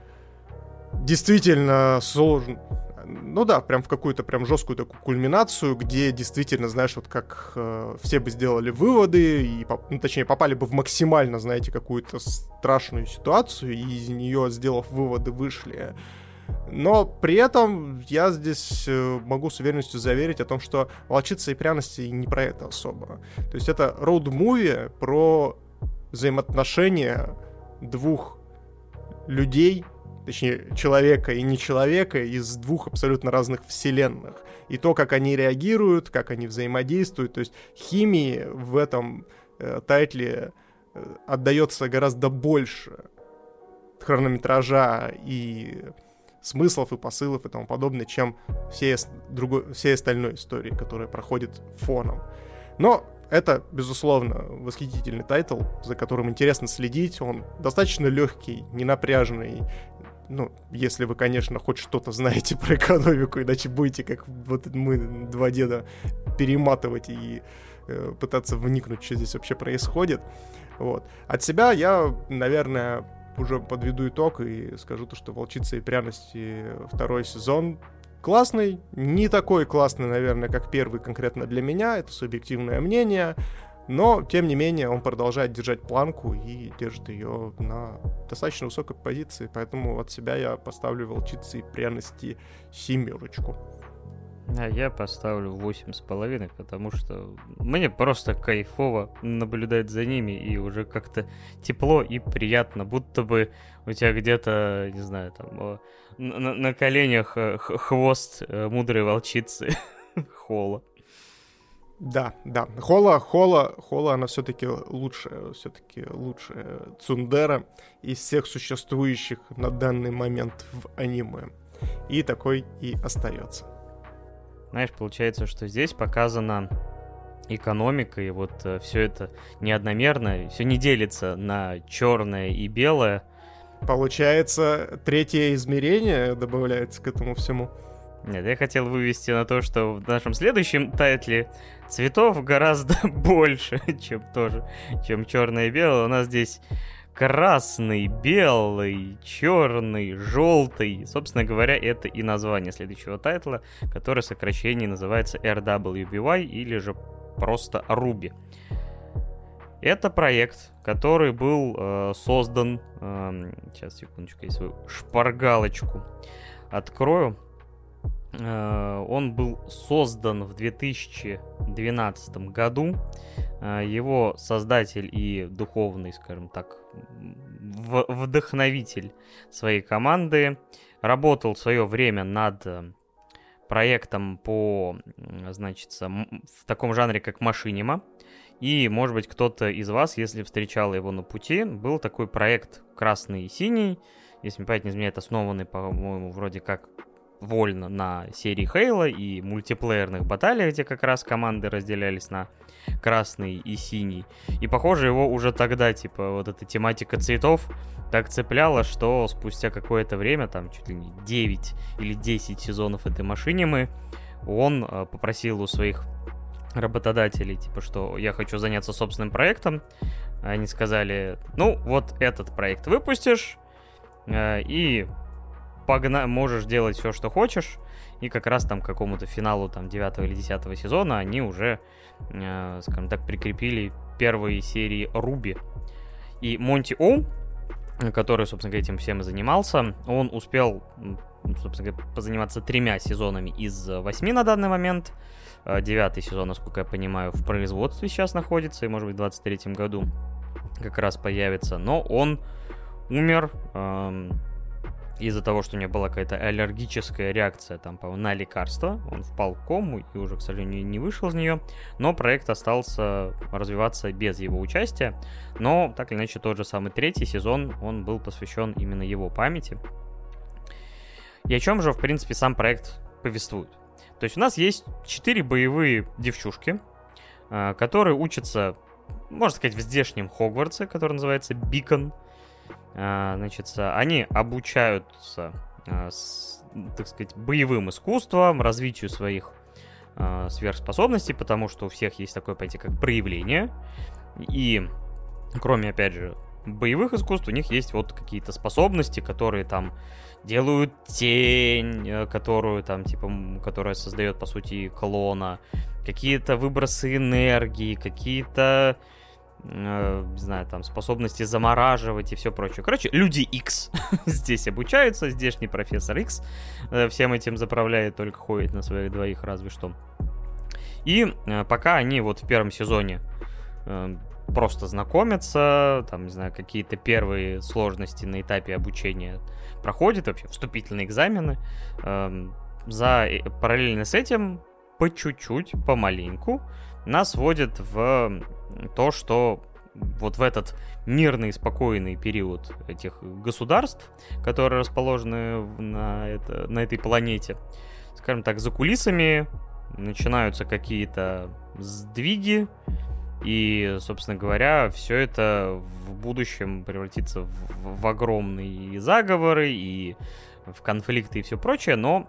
действительно сложную, ну да, прям в какую-то прям жесткую такую кульминацию, где действительно, знаешь, вот как все бы сделали выводы, и, точнее, попали бы в максимально, знаете, какую-то страшную ситуацию, и из нее, сделав выводы, вышли. Но при этом я здесь могу с уверенностью заверить о том, что «Волчица и пряности» не про это особо. То есть это роуд-муви про взаимоотношения 2 людей, точнее, человека и не человека, из 2 абсолютно разных вселенных. И то, как они реагируют, как они взаимодействуют. То есть химии в этом тайтле отдается гораздо больше хронометража и смыслов, и посылов, и тому подобное, чем всей остальной истории, которая проходит фоном. Но это, безусловно, восхитительный тайтл, за которым интересно следить. Он достаточно легкий, ненапряженный. Ну, если вы, конечно, хоть что-то знаете про экономику, иначе будете, как вот мы, 2 деда, перематывать и пытаться вникнуть, что здесь вообще происходит. Вот. От себя я, наверное, уже подведу итог и скажу то, что «Волчица и пряности» 2-й сезон классный, не такой классный, наверное, как 1-й конкретно для меня, это субъективное мнение, но, тем не менее, он продолжает держать планку и держит ее на достаточно высокой позиции, поэтому от себя я поставлю «Волчице и пряности» 7. А я поставлю 8,5, потому что мне просто кайфово наблюдать за ними, и уже как-то тепло и приятно, будто бы у тебя где-то, не знаю, там на коленях хвост мудрой волчицы Холла. Да. Холла, она все-таки лучше Цундера из всех существующих на данный момент в аниме. И такой и остается. Знаешь, получается, что здесь показана экономика, и вот все это неодномерно, все не делится на черное и белое. Получается, 3-е измерение добавляется к этому всему. Нет, я хотел вывести на то, что в нашем следующем тайтле цветов гораздо больше, чем черное и белое. У нас здесь красный, белый, черный, желтый. Собственно говоря, это и название следующего тайтла, который в сокращении называется RWBY или же просто Руби. Это проект, который был создан... сейчас, секундочку, я свою шпаргалочку открою. Он был создан в 2012 году. Его создатель и духовный, скажем так, вдохновитель своей команды работал в свое время над проектом по, значит, в таком жанре, как Машинима. И, может быть, кто-то из вас, если встречал его на пути, был такой проект «Красный и синий», если мне память не изменяет, основанный, по-моему, вроде как вольно на серии Хейла и мультиплеерных баталиях, где как раз команды разделялись на красный и синий. И, похоже, его уже тогда, типа, вот эта тематика цветов так цепляла, что спустя какое-то время, там, чуть ли не 9 или 10 сезонов этой Машинимы, он попросил у своих работодателей, типа, что я хочу заняться собственным проектом. Они сказали, ну, вот этот проект выпустишь, и можешь делать все, что хочешь. И как раз там к какому-то финалу там 9 или 10 сезона они уже, скажем так, прикрепили первые серии Руби. И Монти Оу, который, собственно говоря, этим всем и занимался, он успел, собственно говоря, позаниматься 3 сезонами из 8 на данный момент. 9 сезон, насколько я понимаю, в производстве сейчас находится, и, может быть, в 23 году как раз появится. Но он умер из-за того, что у него была какая-то аллергическая реакция там, по-моему, на лекарство. Он впал в кому и уже, к сожалению, не вышел из нее. Но проект остался развиваться без его участия. Но, так или иначе, тот же самый 3 сезон, он был посвящен именно его памяти. И о чем же, в принципе, сам проект повествует? То есть у нас есть 4 боевые девчушки, которые учатся, можно сказать, в здешнем Хогвартсе, который называется Бикон. Значит, они обучаются, так сказать, боевым искусствам, развитию своих сверхспособностей, потому что у всех есть такое понятие, как проявление. И кроме, опять же, боевых искусств, у них есть вот какие-то способности, которые там делают тень, которую там, типа, которая создает, по сути, клона, какие-то выбросы энергии, какие-то, не знаю, там, способности замораживать и все прочее. Короче, люди X здесь обучаются, здешний профессор X всем этим заправляет, только ходит на своих двоих разве что. И пока они вот в первом сезоне просто знакомятся, там, не знаю, какие-то первые сложности на этапе обучения проходят, вообще вступительные экзамены, параллельно с этим по чуть-чуть, помаленьку нас вводят в то, что вот в этот мирный и спокойный период этих государств, которые расположены на этой планете, скажем так, за кулисами начинаются какие-то сдвиги, и, собственно говоря, все это в будущем превратится в огромные заговоры и в конфликты и все прочее, но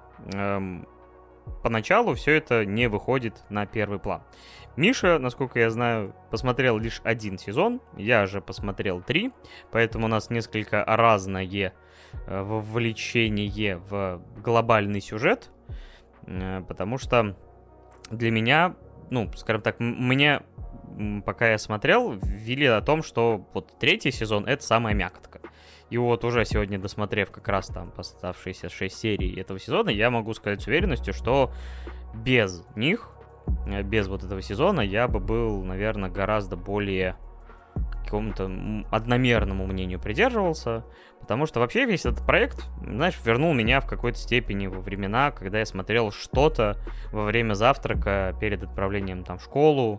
поначалу все это не выходит на первый план. Миша, насколько я знаю, посмотрел лишь 1 сезон, я же посмотрел 3, поэтому у нас несколько разное вовлечение в глобальный сюжет, потому что для меня, ну, скажем так, мне, пока я смотрел, ввели о том, что вот 3 сезон — это самая мякотка. И вот уже сегодня, досмотрев как раз там оставшиеся 6 серий этого сезона, я могу сказать с уверенностью, что без них, без вот этого сезона, я бы был, наверное, гораздо более какому-то одномерному мнению придерживался, потому что вообще весь этот проект, знаешь, вернул меня в какой-то степени во времена, когда я смотрел что-то во время завтрака перед отправлением там в школу,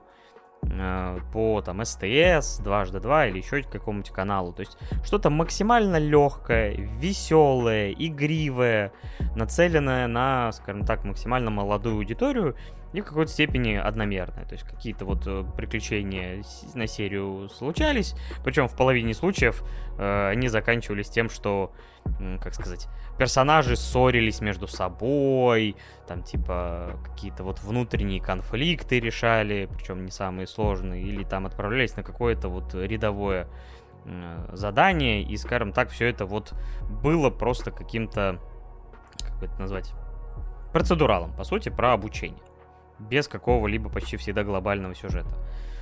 по там СТС, 2x2 или еще какому-нибудь каналу. То есть что-то максимально легкое, веселое, игривое, нацеленное на, скажем так, максимально молодую аудиторию и в какой-то степени одномерное. То есть какие-то вот приключения на серию случались, причем в половине случаев они заканчивались тем, что, как сказать, персонажи ссорились между собой, там типа какие-то вот внутренние конфликты решали, причем не самые сложные, или там отправлялись на какое-то вот рядовое задание, и, скажем так, все это вот было просто каким-то, как бы это назвать, процедуралом, по сути, про обучение, без какого-либо почти всегда глобального сюжета.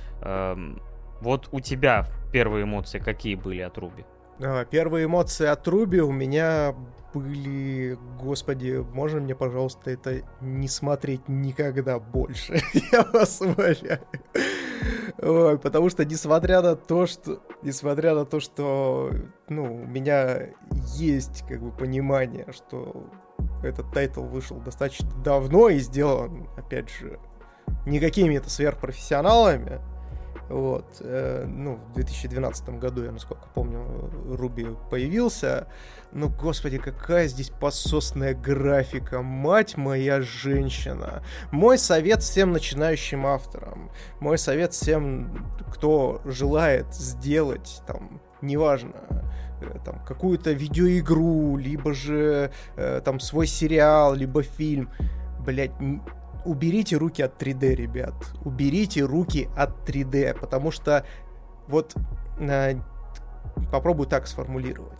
Вот у тебя первые эмоции какие были от Руби? Первые эмоции от Руби у меня были... Господи, можно мне, пожалуйста, это не смотреть никогда больше? Я вас умоляю. Ой, потому что, несмотря на то, что у меня есть как бы понимание, что этот тайтл вышел достаточно давно и сделан, опять же, не какими-то сверхпрофессионалами. В 2012 году, я, насколько помню, Руби появился. Ну, господи, какая здесь пососная графика. Мать моя женщина. Мой совет всем начинающим авторам. Мой совет всем, кто желает сделать, там, неважно, там, какую-то видеоигру, либо же там свой сериал, либо фильм. Блять, уберите руки от 3D, ребят. Уберите руки от 3D, потому что вот попробую так сформулировать.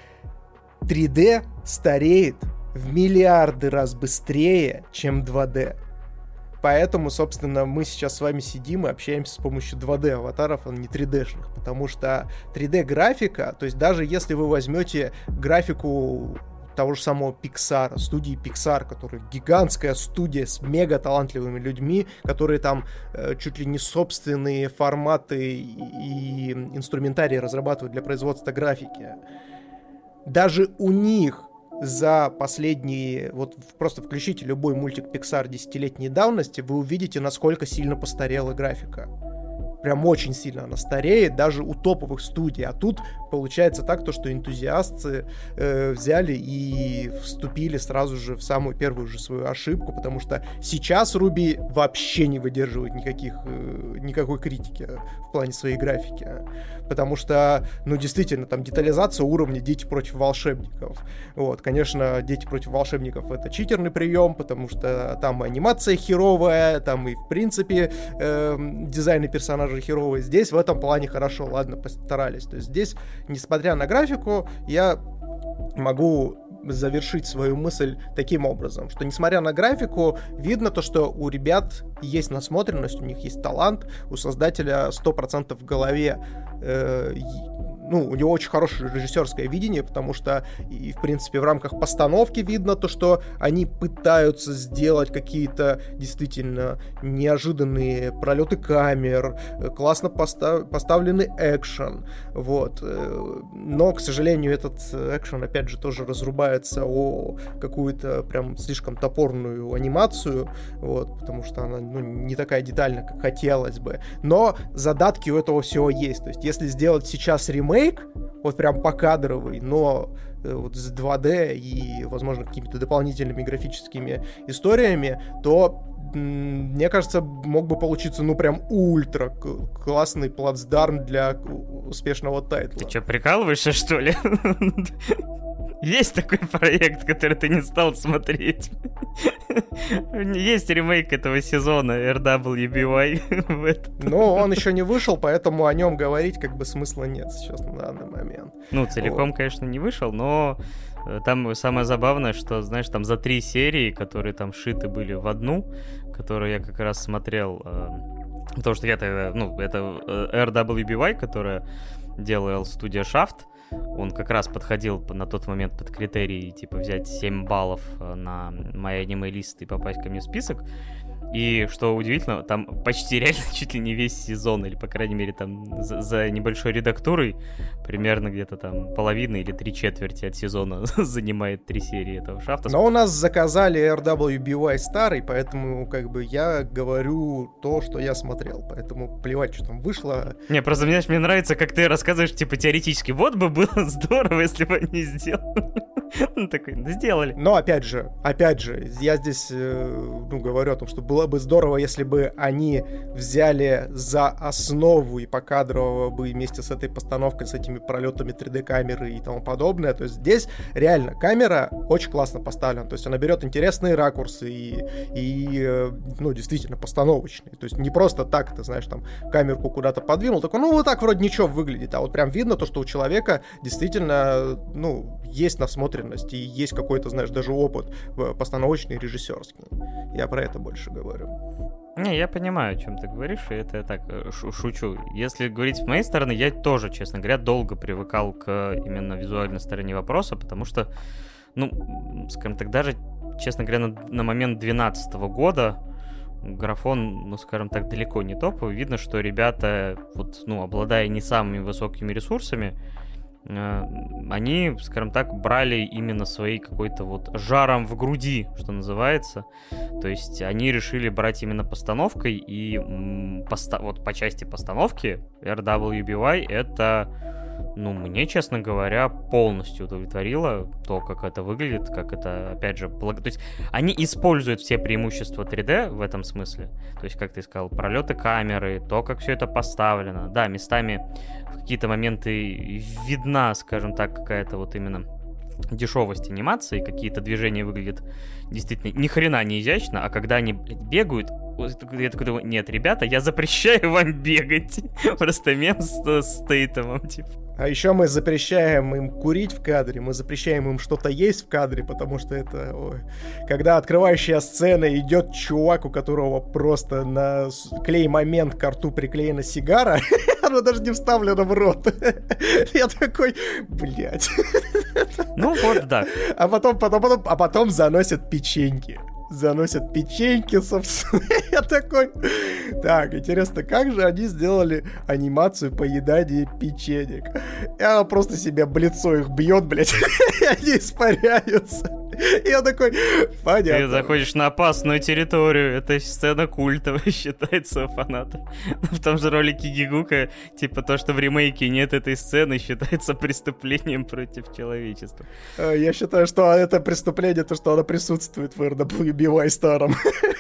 3D стареет в миллиарды раз быстрее, чем 2D. Поэтому, собственно, мы сейчас с вами сидим и общаемся с помощью 2D-аватаров, а не 3D-шных. Потому что 3D-графика, то есть даже если вы возьмете графику того же самого Pixar, студии Pixar, которая гигантская студия с мега талантливыми людьми, которые там чуть ли не собственные форматы и инструментарии разрабатывают для производства графики. Даже у них за последние... Вот просто включите любой мультик Pixar десятилетней давности, вы увидите, насколько сильно постарела графика. Прям очень сильно она стареет, даже у топовых студий. А тут получается так, то, что энтузиасты взяли и вступили сразу же в самую первую же свою ошибку, потому что сейчас Руби вообще не выдерживает никакой критики в плане своей графики. Потому что, действительно, там детализация уровня «Дети против волшебников». Вот, конечно, «Дети против волшебников» — это читерный прием, потому что там и анимация херовая, там и, в принципе, дизайны персонажей херовые. Здесь в этом плане хорошо, ладно, постарались. То есть здесь, несмотря на графику, я могу завершить свою мысль таким образом, что несмотря на графику, видно то, что у ребят есть насмотренность, у них есть талант, у создателя 100% в голове, у него очень хорошее режиссерское видение, потому что, и, в принципе, в рамках постановки видно то, что они пытаются сделать какие-то действительно неожиданные пролеты камер, классно поставленный экшен, вот. Но, к сожалению, этот экшен, опять же, тоже разрубается о какую-то прям слишком топорную анимацию, вот, потому что она, не такая детальная, как хотелось бы. Но задатки у этого всего есть. То есть, если сделать сейчас ремейк, вот прям покадровый, но вот с 2D и, возможно, какими-то дополнительными графическими историями, то, мне кажется, мог бы получиться, прям ультра классный плацдарм для успешного тайтла. Ты что, прикалываешься, что ли? Есть такой проект, который ты не стал смотреть. Есть ремейк этого сезона RWBY. Он еще не вышел, поэтому о нем говорить как бы смысла нет сейчас на данный момент. Целиком, конечно, не вышел, но там самое забавное, что, знаешь, там за 3 серии, которые там сшиты были в одну, которую я как раз смотрел, потому что это RWBY, которая делала студия Shaft. Он как раз подходил на тот момент под критерий, взять 7 баллов на мои аниме-листы и попасть ко мне в список. И, что удивительно, там почти реально чуть ли не весь сезон, или, по крайней мере, там за небольшой редактурой примерно где-то там половина или 3/4 от сезона занимает 3 серии этого Шафта. Но у нас заказали RWBY старый, поэтому, я говорю то, что я смотрел, поэтому плевать, что там вышло. Не, просто, мне нравится, как ты рассказываешь, теоретически, вот бы было здорово, если бы они сделали. Такой, сделали. Но, опять же, я здесь, говорю о том, что было бы здорово, если бы они взяли за основу и покадрово бы вместе с этой постановкой, с этими пролетами 3D-камеры и тому подобное. То есть здесь реально камера очень классно поставлена. То есть она берет интересные ракурсы и действительно постановочные. То есть не просто так, ты знаешь, там камерку куда-то подвинул, такой, вот так вроде ничего выглядит. А вот прям видно то, что у человека действительно, есть насмотренность и есть какой-то, знаешь, даже опыт постановочный и режиссерский. Я про это больше говорю. Не, я понимаю, о чем ты говоришь, и это я так шучу. Если говорить с моей стороны, я тоже, честно говоря, долго привыкал к именно визуальной стороне вопроса, потому что ну, скажем так, даже, честно говоря, на момент 2012 года графон, ну, скажем так, далеко не топовый. Видно, что ребята, вот, ну, обладая не самыми высокими ресурсами, они, скажем так, брали именно своей какой-то вот жаром в груди, что называется. То есть они решили брать именно постановкой, и вот по части постановки RWBY это, ну, мне, честно говоря, полностью удовлетворило то, как это выглядит, как это, опять же, то есть они используют все преимущества 3D в этом смысле. То есть, как ты сказал, пролеты камеры, то, как все это поставлено. Да, местами в какие-то моменты видна, скажем так, какая-то вот именно дешевость анимации, какие-то движения выглядят действительно ни хрена не изящно, а когда они бегают, я такой думаю, нет, ребята, я запрещаю вам бегать. Просто мем с Тейтомом, типа. А еще мы запрещаем им курить в кадре, мы запрещаем им что-то есть в кадре, потому что это... Ой, когда открывающая сцена, идет чувак, у которого просто на клей-момент к рту приклеена сигара, она даже не вставлена в рот. Я такой, блядь. Ну вот, да. А потом заносят печеньки. Заносят печеньки, собственно. Я такой... Так, интересно, как же они сделали анимацию поедания печенек? И она просто себе в лицо их бьет, блядь, и они испаряются. И я такой, понятно. Ты заходишь на опасную территорию. Это сцена культовая считается у фанатов. В том же ролике Гигука, типа то, что в ремейке нет этой сцены, считается преступлением против человечества. Я считаю, что это преступление, то, что она присутствует в RWBY старом.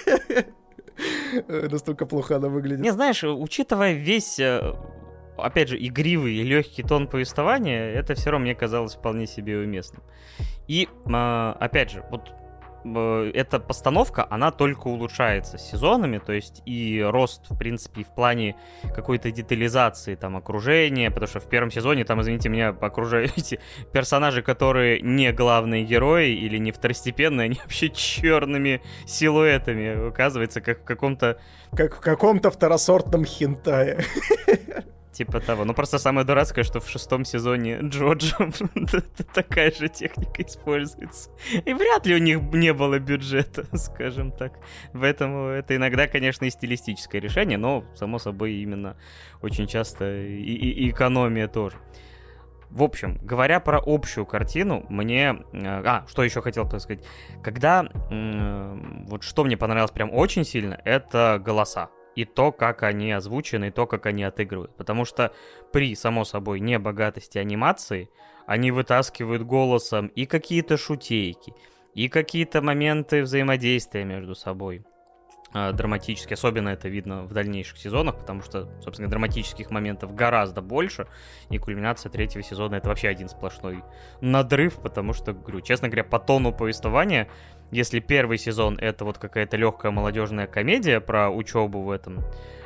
Настолько плохо она выглядит. Не, знаешь, учитывая весь, опять же, игривый и легкий тон повествования, это все равно мне казалось вполне себе уместным. И, опять же, вот эта постановка, она только улучшается с сезонами, то есть и рост, в принципе, в плане какой-то детализации, там, окружения, потому что в первом сезоне, там, извините меня, окружают эти персонажи, которые не главные герои или не второстепенные, они вообще черными силуэтами, оказывается, как в каком-то... Как в каком-то второсортном хентае. Типа того. Ну, просто самое дурацкое, что в 6 сезоне Джоджо такая же техника используется. И вряд ли у них не было бюджета, скажем так. Поэтому это иногда, конечно, и стилистическое решение, но, само собой, именно очень часто и экономия тоже. В общем, говоря про общую картину, мне... что еще хотел сказать. Когда... Вот что мне понравилось прям очень сильно, это голоса. И то, как они озвучены, и то, как они отыгрывают. Потому что при, само собой, небогатости анимации они вытаскивают голосом и какие-то шутейки, и какие-то моменты взаимодействия между собой драматические. Особенно это видно в дальнейших сезонах, потому что, собственно, драматических моментов гораздо больше. И кульминация 3-го сезона — это вообще один сплошной надрыв, потому что, говорю, честно говоря, по тону повествования, если первый сезон — это вот какая-то легкая молодежная комедия про учебу в этом,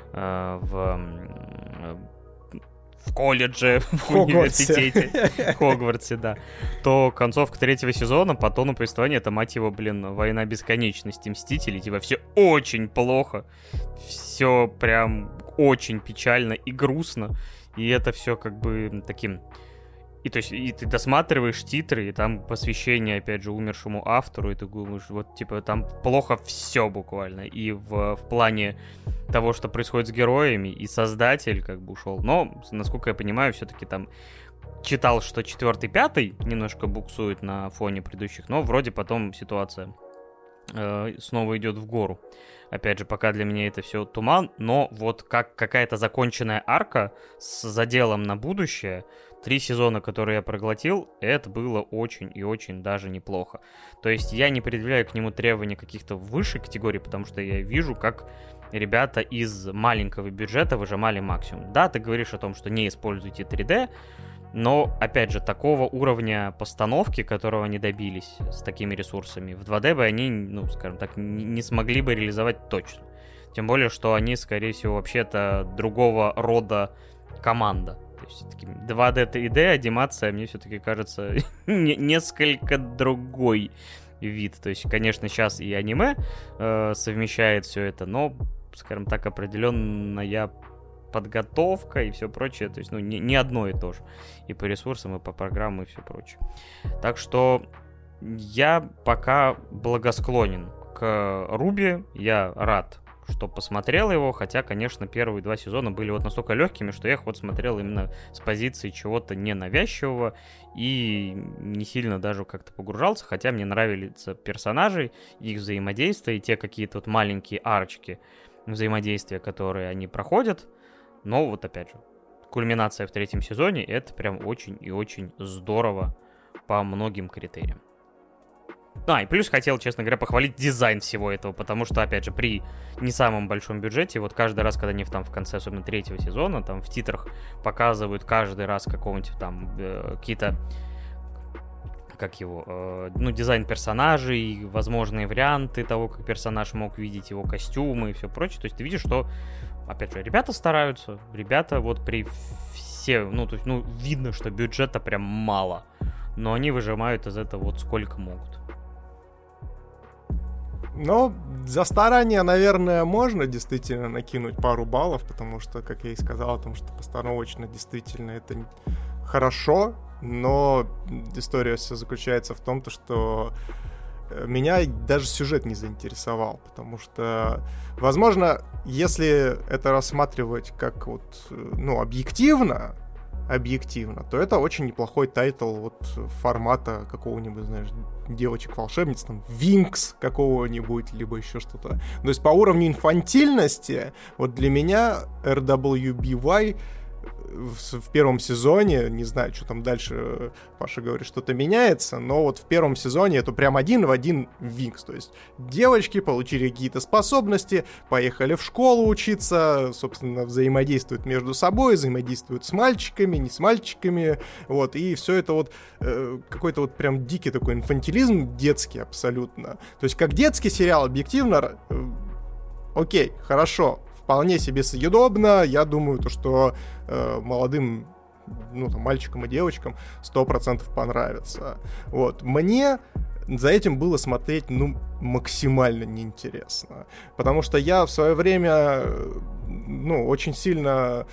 в колледже, в университете, в Хогвартсе, да, то концовка 3-го сезона по тону повествования — это, мать его, блин, война бесконечности, Мстители, типа все очень плохо, все прям очень печально и грустно, и это все как бы таким... И то есть, и ты досматриваешь титры, и там посвящение, опять же, умершему автору, и ты думаешь, вот, типа, там плохо все буквально. И в плане того, что происходит с героями, и создатель как бы ушел. Но, насколько я понимаю, все-таки там читал, что 4-й, 5-й немножко буксует на фоне предыдущих, но вроде потом ситуация снова идет в гору. Опять же, пока для меня это все туман, но вот как какая-то законченная арка с заделом на будущее, 3 сезона, которые я проглотил, это было очень и очень даже неплохо. То есть я не предъявляю к нему требований каких-то высшей категории, потому что я вижу, как ребята из маленького бюджета выжимали максимум. Да, ты говоришь о том, что не используйте 3D, но, опять же, такого уровня постановки, которого они добились с такими ресурсами, в 2D бы они, ну, скажем так, не смогли бы реализовать точно. Тем более, что они, скорее всего, вообще-то другого рода команда. То есть, 2D, 3D анимация, мне все-таки кажется, несколько другой вид. То есть, конечно, сейчас и аниме совмещает все это, но, скажем так, определенная подготовка и все прочее, то есть, ну, не одно и то же. И по ресурсам, и по программам, и все прочее. Так что я пока благосклонен к Руби, я рад, что посмотрел его, хотя, конечно, первые 2 сезона были вот настолько легкими, что я их вот смотрел именно с позиции чего-то ненавязчивого и не сильно даже как-то погружался, хотя мне нравятся персонажи, их взаимодействие и те какие-то вот маленькие арочки взаимодействия, которые они проходят, но вот опять же, кульминация в 3-м сезоне — это прям очень и очень здорово по многим критериям. И плюс хотел, честно говоря, похвалить дизайн всего этого, потому что, опять же, при не самом большом бюджете, вот каждый раз, когда они там в конце, особенно 3-го сезона, там в титрах показывают каждый раз какого-нибудь там какие-то, дизайн персонажей, возможные варианты того, как персонаж мог видеть его костюмы и все прочее, то есть ты видишь, что, опять же, ребята стараются, ребята вот при все, видно, что бюджета прям мало, но они выжимают из этого вот сколько могут. Но за старание, наверное, можно действительно накинуть пару баллов, потому что, как я и сказал, о том, что постановочно действительно это хорошо, но история все заключается в том, что меня даже сюжет не заинтересовал, потому что, возможно, если это рассматривать как объективно, то это очень неплохой тайтл вот формата какого-нибудь, знаешь, девочек-волшебниц, там, Винкс какого-нибудь, либо еще что-то. То есть по уровню инфантильности, вот для меня RWBY в первом сезоне, не знаю, что там дальше, Паша говорит, что-то меняется, но вот в первом сезоне это прям один в один Винкс, то есть девочки получили какие-то способности, поехали в школу учиться, собственно, взаимодействуют между собой, взаимодействуют с мальчиками, не с мальчиками, вот, и все это вот какой-то вот прям дикий такой инфантилизм, детский абсолютно, то есть как детский сериал, объективно, окей, хорошо, вполне себе съедобно. Я думаю, что молодым мальчикам и девочкам 100% понравится. Вот. Мне за этим было смотреть, максимально неинтересно. Потому что я в свое время, очень сильно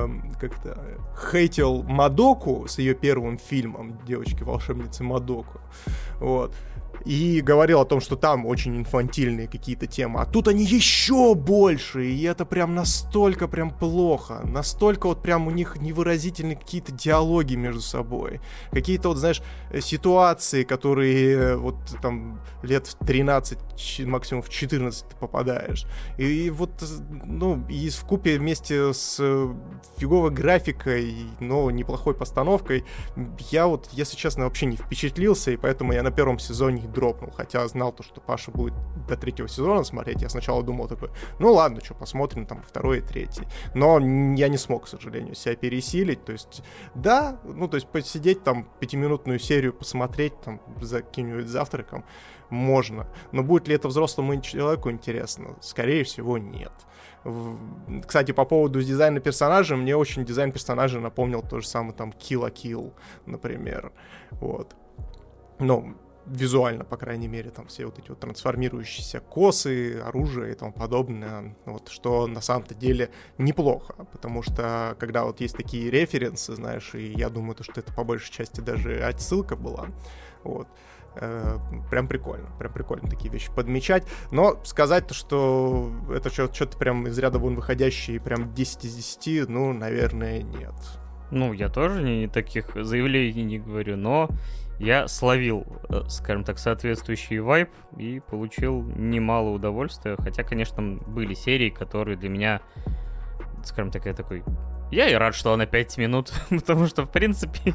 хейтил Мадоку с ее первым фильмом «Девочки-волшебницы Мадоку». Вот. И говорил о том, что там очень инфантильные какие-то темы. А тут они еще больше. И это прям настолько прям плохо. Настолько вот прям у них невыразительные какие-то диалоги между собой. Какие-то вот, знаешь, ситуации, которые вот там лет в 13, максимум в 14 ты попадаешь. И вот, и вкупе вместе с фиговой графикой, но неплохой постановкой, я вот, если честно, вообще не впечатлился. И поэтому я на первом сезоне дропнул, хотя знал то, что Паша будет до 3-го сезона смотреть. Я сначала думал такой, ладно, что, посмотрим там 2-й и 3-й. Но я не смог, к сожалению, себя пересилить. То есть, да, то есть посидеть там 5-минутную серию посмотреть там за каким-нибудь завтраком можно. Но будет ли это взрослому человеку интересно? Скорее всего, нет. Кстати, по поводу дизайна персонажа, мне очень дизайн персонажа напомнил то же самое там Kill la Kill, например. Вот. Визуально, по крайней мере, там все вот эти вот трансформирующиеся косы, оружие и тому подобное, вот, что на самом-то деле неплохо, потому что когда вот есть такие референсы, знаешь, и я думаю, что это по большей части даже отсылка была, вот, прям прикольно такие вещи подмечать, но сказать, что это что-то прям из ряда вон выходящее, прям 10 из 10, наверное, нет. Я тоже не таких заявлений не говорю, но я словил, скажем так, соответствующий вайб и получил немало удовольствия. Хотя, конечно, были серии, которые для меня, скажем так, я такой... Я и рад, что она 5 минут, потому что, в принципе,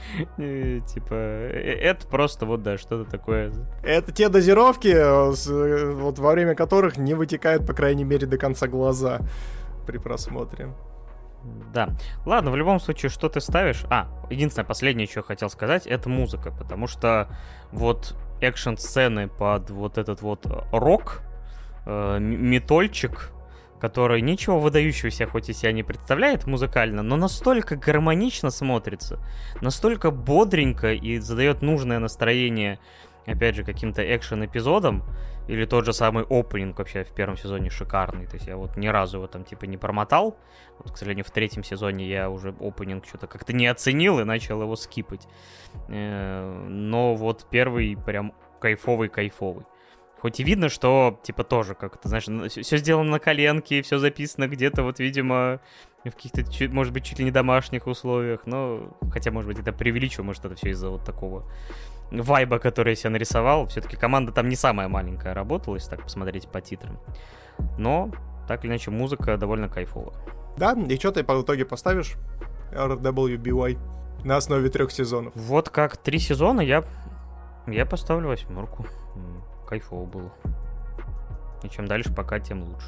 это просто что-то такое. Это те дозировки, вот во время которых не вытекают, по крайней мере, до конца глаза при просмотре. Да. Ладно, в любом случае, что ты ставишь? Единственное, последнее, что я хотел сказать, это музыка, потому что вот экшн-сцены под вот этот вот рок, метольчик, который ничего выдающегося хоть и себя не представляет музыкально, но настолько гармонично смотрится, настолько бодренько и задает нужное настроение опять же, каким-то экшен-эпизодом, или тот же самый опенинг вообще в первом сезоне шикарный. То есть я вот ни разу его там типа не промотал. Вот, к сожалению, в третьем сезоне я уже опенинг что-то как-то не оценил и начал его скипать. Но вот первый прям кайфовый. Хоть и видно, что, типа, тоже, как это, знаешь, все сделано на коленке, все записано где-то, вот, видимо, в каких-то, может быть, чуть ли не домашних условиях, но, хотя, может быть, это преувеличиваю, может, это все из-за вот такого вайба, который я себе нарисовал. Все-таки команда там не самая маленькая работала, если так посмотреть по титрам. Но, так или иначе, музыка довольно кайфовая. Да, и что ты по итоге поставишь RWBY на основе 3 сезонов? Вот как 3 сезона я поставлю 8. Кайфово было. И чем дальше пока, тем лучше.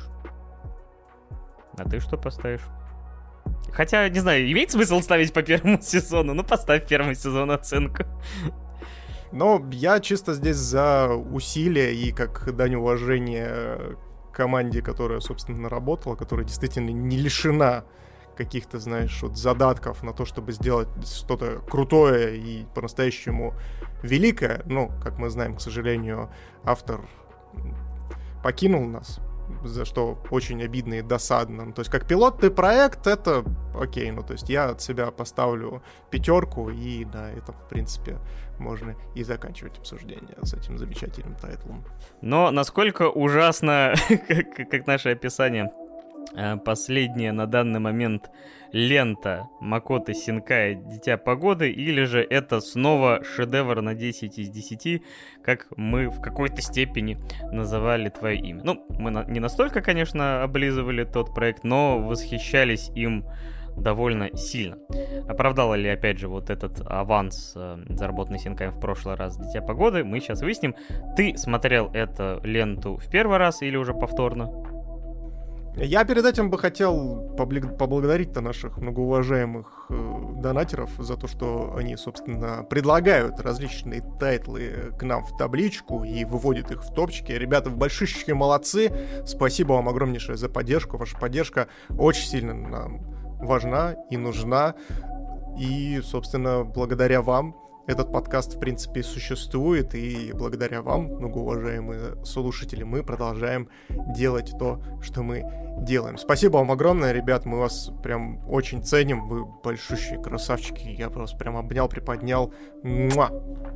А ты что поставишь? Хотя, не знаю, имеет смысл ставить по первому сезону? Ну, поставь первому сезону оценку. Но я чисто здесь за усилия и как дань уважения команде, которая, собственно, работала, которая действительно не лишена каких-то, знаешь, вот задатков на то, чтобы сделать что-то крутое и по-настоящему великое. Ну, как мы знаем, к сожалению, автор покинул нас, за что очень обидно и досадно. Ну, то есть, как пилотный проект, это окей. Ну, то есть, я от себя поставлю 5, и на этом, в принципе, можно и заканчивать обсуждение с этим замечательным тайтлом. Но насколько ужасно, как наше описание, последняя на данный момент лента Макото Синкай «Дитя погоды», или же это снова шедевр на 10 из 10, как мы в какой-то степени называли твое имя. Ну, мы не настолько, конечно, облизывали тот проект, но восхищались им довольно сильно. Оправдала ли, опять же, вот этот аванс, заработанный Синкаем в прошлый раз «Дитя погоды», мы сейчас выясним. Ты смотрел эту ленту в первый раз или уже повторно? Я перед этим бы хотел поблагодарить наших многоуважаемых донатеров за то, что они, собственно, предлагают различные тайтлы к нам в табличку и выводят их в топчики. Ребята, вы большущие молодцы. Спасибо вам огромнейшее за поддержку. Ваша поддержка очень сильно нам важна и нужна. И, собственно, благодаря вам этот подкаст, в принципе, существует, и благодаря вам, многоуважаемые слушатели, мы продолжаем делать то, что мы делаем. Спасибо вам огромное, ребят, мы вас прям очень ценим, вы большущие красавчики, я просто прям обнял, приподнял. Муа!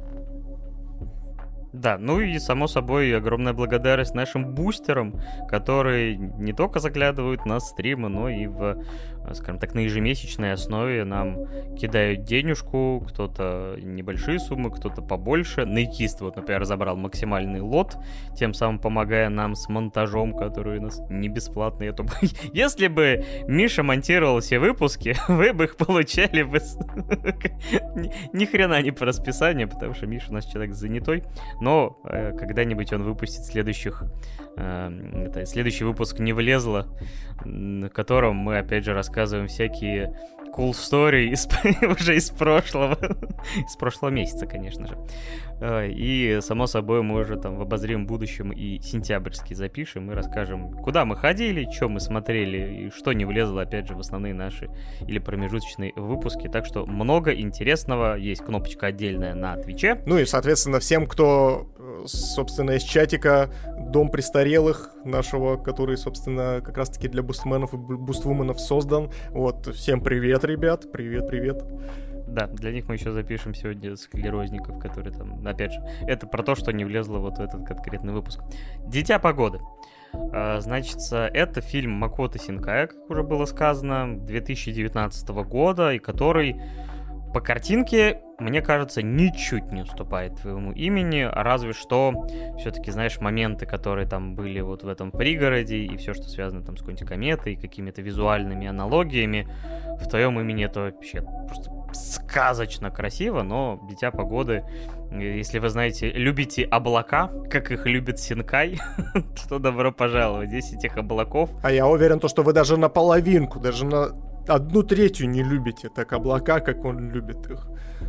Да, ну и, само собой, огромная благодарность нашим бустерам, которые не только заглядывают на стримы, но и в, скажем так, на ежемесячной основе нам кидают денежку, кто-то небольшие суммы, кто-то побольше. Найкист, вот, например, забрал максимальный лот, тем самым помогая нам с монтажом, который у нас не бесплатный. Если бы Миша монтировал все выпуски, вы бы их получали бы ни хрена не по расписанию, потому что Миша у нас человек занятой. Но когда-нибудь он выпустит следующий выпуск «Не влезло», в котором мы, опять же, рассказываем всякие cool story уже из прошлого. Из прошлого месяца, конечно же. И, само собой, мы уже там в обозримом будущем и сентябрьский запишем и расскажем, куда мы ходили, что мы смотрели и что не влезло, опять же, в основные наши или промежуточные выпуски. Так что много интересного. Есть кнопочка отдельная на Твиче. Ну и, соответственно, всем, кто, собственно, из чатика Дом престарелых нашего, который, собственно, как раз-таки для бустменов и буствуменов создан. Вот, всем привет, ребят, привет. Да, для них мы еще запишем сегодня склерозников, которые там, опять же, это про то, что не влезло вот в этот конкретный выпуск. «Дитя погоды». Значит, это фильм Макото Синкая, как уже было сказано, 2019 года, и который по картинке, мне кажется, ничуть не уступает твоему имени, а разве что все-таки, знаешь, моменты, которые там были вот в этом пригороде, и все, что связано там с какой-нибудь кометой, какими-то визуальными аналогиями, в твоем имени это вообще просто сказочно красиво, но «Дитя погоды», если вы знаете, любите облака, как их любит Синкай, то добро пожаловать. Здесь этих облаков. А я уверен, что вы даже на половинку, даже на 1/3 не любите так облака, как он любит их.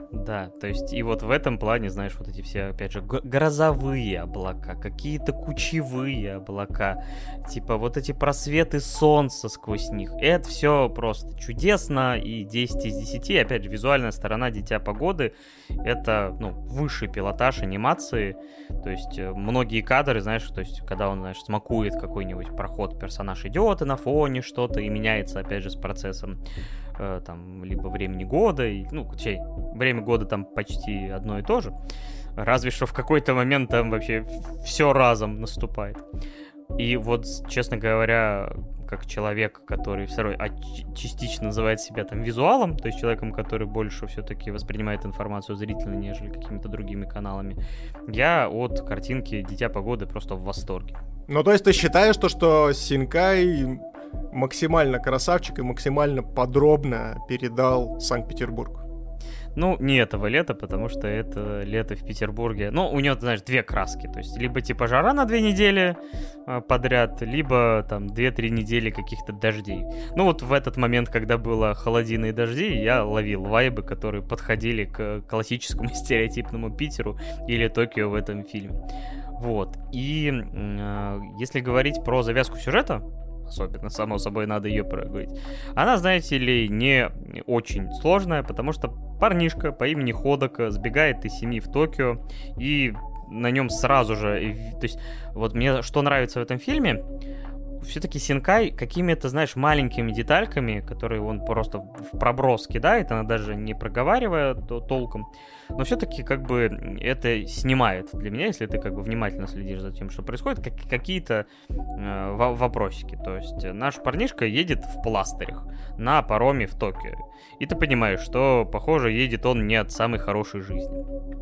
Да, то есть и вот в этом плане, знаешь, вот эти все, опять же, грозовые облака, какие-то кучевые облака, типа вот эти просветы солнца сквозь них, это все просто чудесно, и 10 из 10, опять же, визуальная сторона «Дитя погоды», это, ну, высший пилотаж анимации, то есть многие кадры, знаешь, то есть когда он, знаешь, смакует какой-нибудь проход, персонаж идет и на фоне что-то, и меняется, опять же, с процессом там, либо времени года, ну, время года там почти одно и то же, разве что в какой-то момент там вообще все разом наступает. И вот, честно говоря, как человек, который все равно частично называет себя там визуалом, то есть человеком, который больше все-таки воспринимает информацию зрительно, нежели какими-то другими каналами, я от картинки «Дитя погоды» просто в восторге. Ну, то есть ты считаешь, что Синкай максимально красавчик и максимально подробно передал Санкт-Петербург? Ну, не этого лета, потому что это лето в Петербурге. Ну, у него, знаешь, две краски. То есть, либо типа жара на 2 недели подряд, либо там 2-3 недели каких-то дождей. Ну, вот в этот момент, когда было холодины и дожди, я ловил вайбы, которые подходили к классическому стереотипному Питеру или Токио в этом фильме. Вот. И если говорить про завязку сюжета, особенно, само собой, надо ее проговорить. Она, знаете ли, не очень сложная, потому что парнишка по имени Ходока сбегает из семьи в Токио, и на нем сразу же... То есть, вот мне что нравится в этом фильме, все-таки Синкай какими-то, знаешь, маленькими детальками, которые он просто в проброс кидает, она даже не проговаривая толком, но все-таки как бы это снимает для меня, если ты как бы внимательно следишь за тем, что происходит, какие-то вопросики. То есть наш парнишка едет в пластырях на пароме в Токио, и ты понимаешь, что, похоже, едет он не от самой хорошей жизни.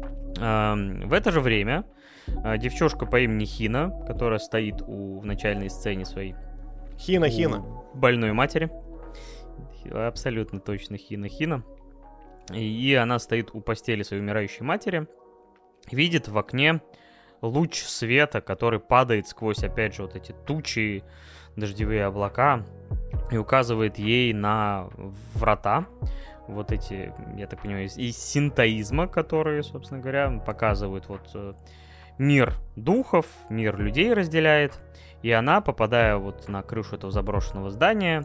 В это же время девчушка по имени Хина, которая стоит в начальной сцене своей Хина больной матери, абсолютно точно Хина, и она стоит у постели своей умирающей матери, видит в окне луч света, который падает сквозь, опять же, вот эти тучи, дождевые облака, и указывает ей на врата, вот эти, я так понимаю, из синтоизма, которые, собственно говоря, показывают вот мир духов, мир людей разделяет, и она, попадая вот на крышу этого заброшенного здания,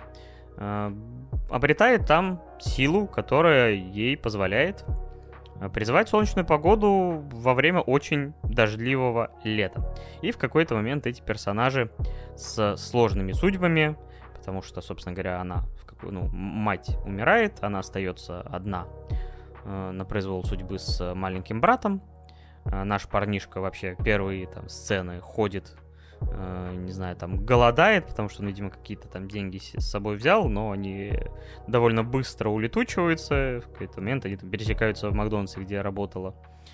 обретает там силу, которая ей позволяет призывать солнечную погоду во время очень дождливого лета. И в какой-то момент эти персонажи с сложными судьбами, потому что, собственно говоря, она, мать умирает, она остается одна на произвол судьбы с маленьким братом. Наш парнишка вообще первые там сцены ходит, не знаю, там голодает, потому что он, видимо, какие-то там деньги с собой взял, но они довольно быстро улетучиваются. В какой-то момент они там пересекаются в Макдональдсе, где работала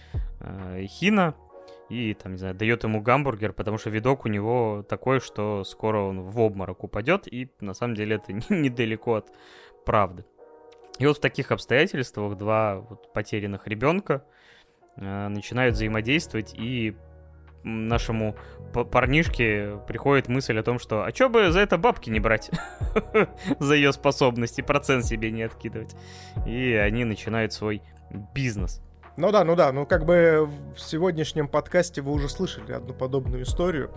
Хина, и там, не знаю, дает ему гамбургер, потому что видок у него такой, что скоро он в обморок упадет, и на самом деле это недалеко от правды. И вот в таких обстоятельствах два вот потерянных ребенка начинают взаимодействовать, и нашему парнишке приходит мысль о том, что а чё бы за это бабки не брать, за ее способности, процент себе не откидывать. И они начинают свой бизнес. Ну да, ну как бы в сегодняшнем подкасте вы уже слышали одну подобную историю.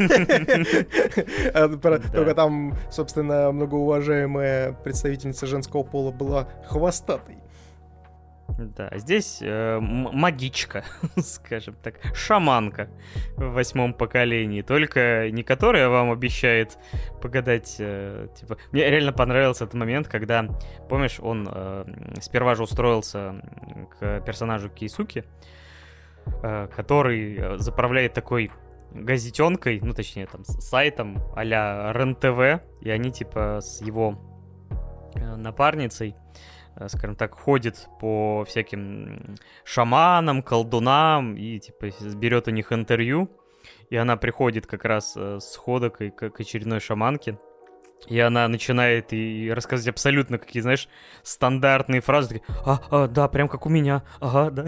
Только там, собственно, многоуважаемая представительница женского пола была хвостатой. Да, здесь магичка, скажем так, шаманка в 8-м поколении, только не которая вам обещает погадать, типа... Мне реально понравился этот момент, когда, помнишь, он сперва же устроился к персонажу Кейсуки, который заправляет такой газетенкой, ну, точнее, там, сайтом а-ля РЕН-ТВ, и они, типа, с его напарницей, скажем так, ходит по всяким шаманам, колдунам и, типа, берет у них интервью. И она приходит как раз с Ходокой к очередной шаманке. И она начинает и рассказывать абсолютно какие, знаешь, стандартные фразы. Такие, да, прям как у меня. Ага, да.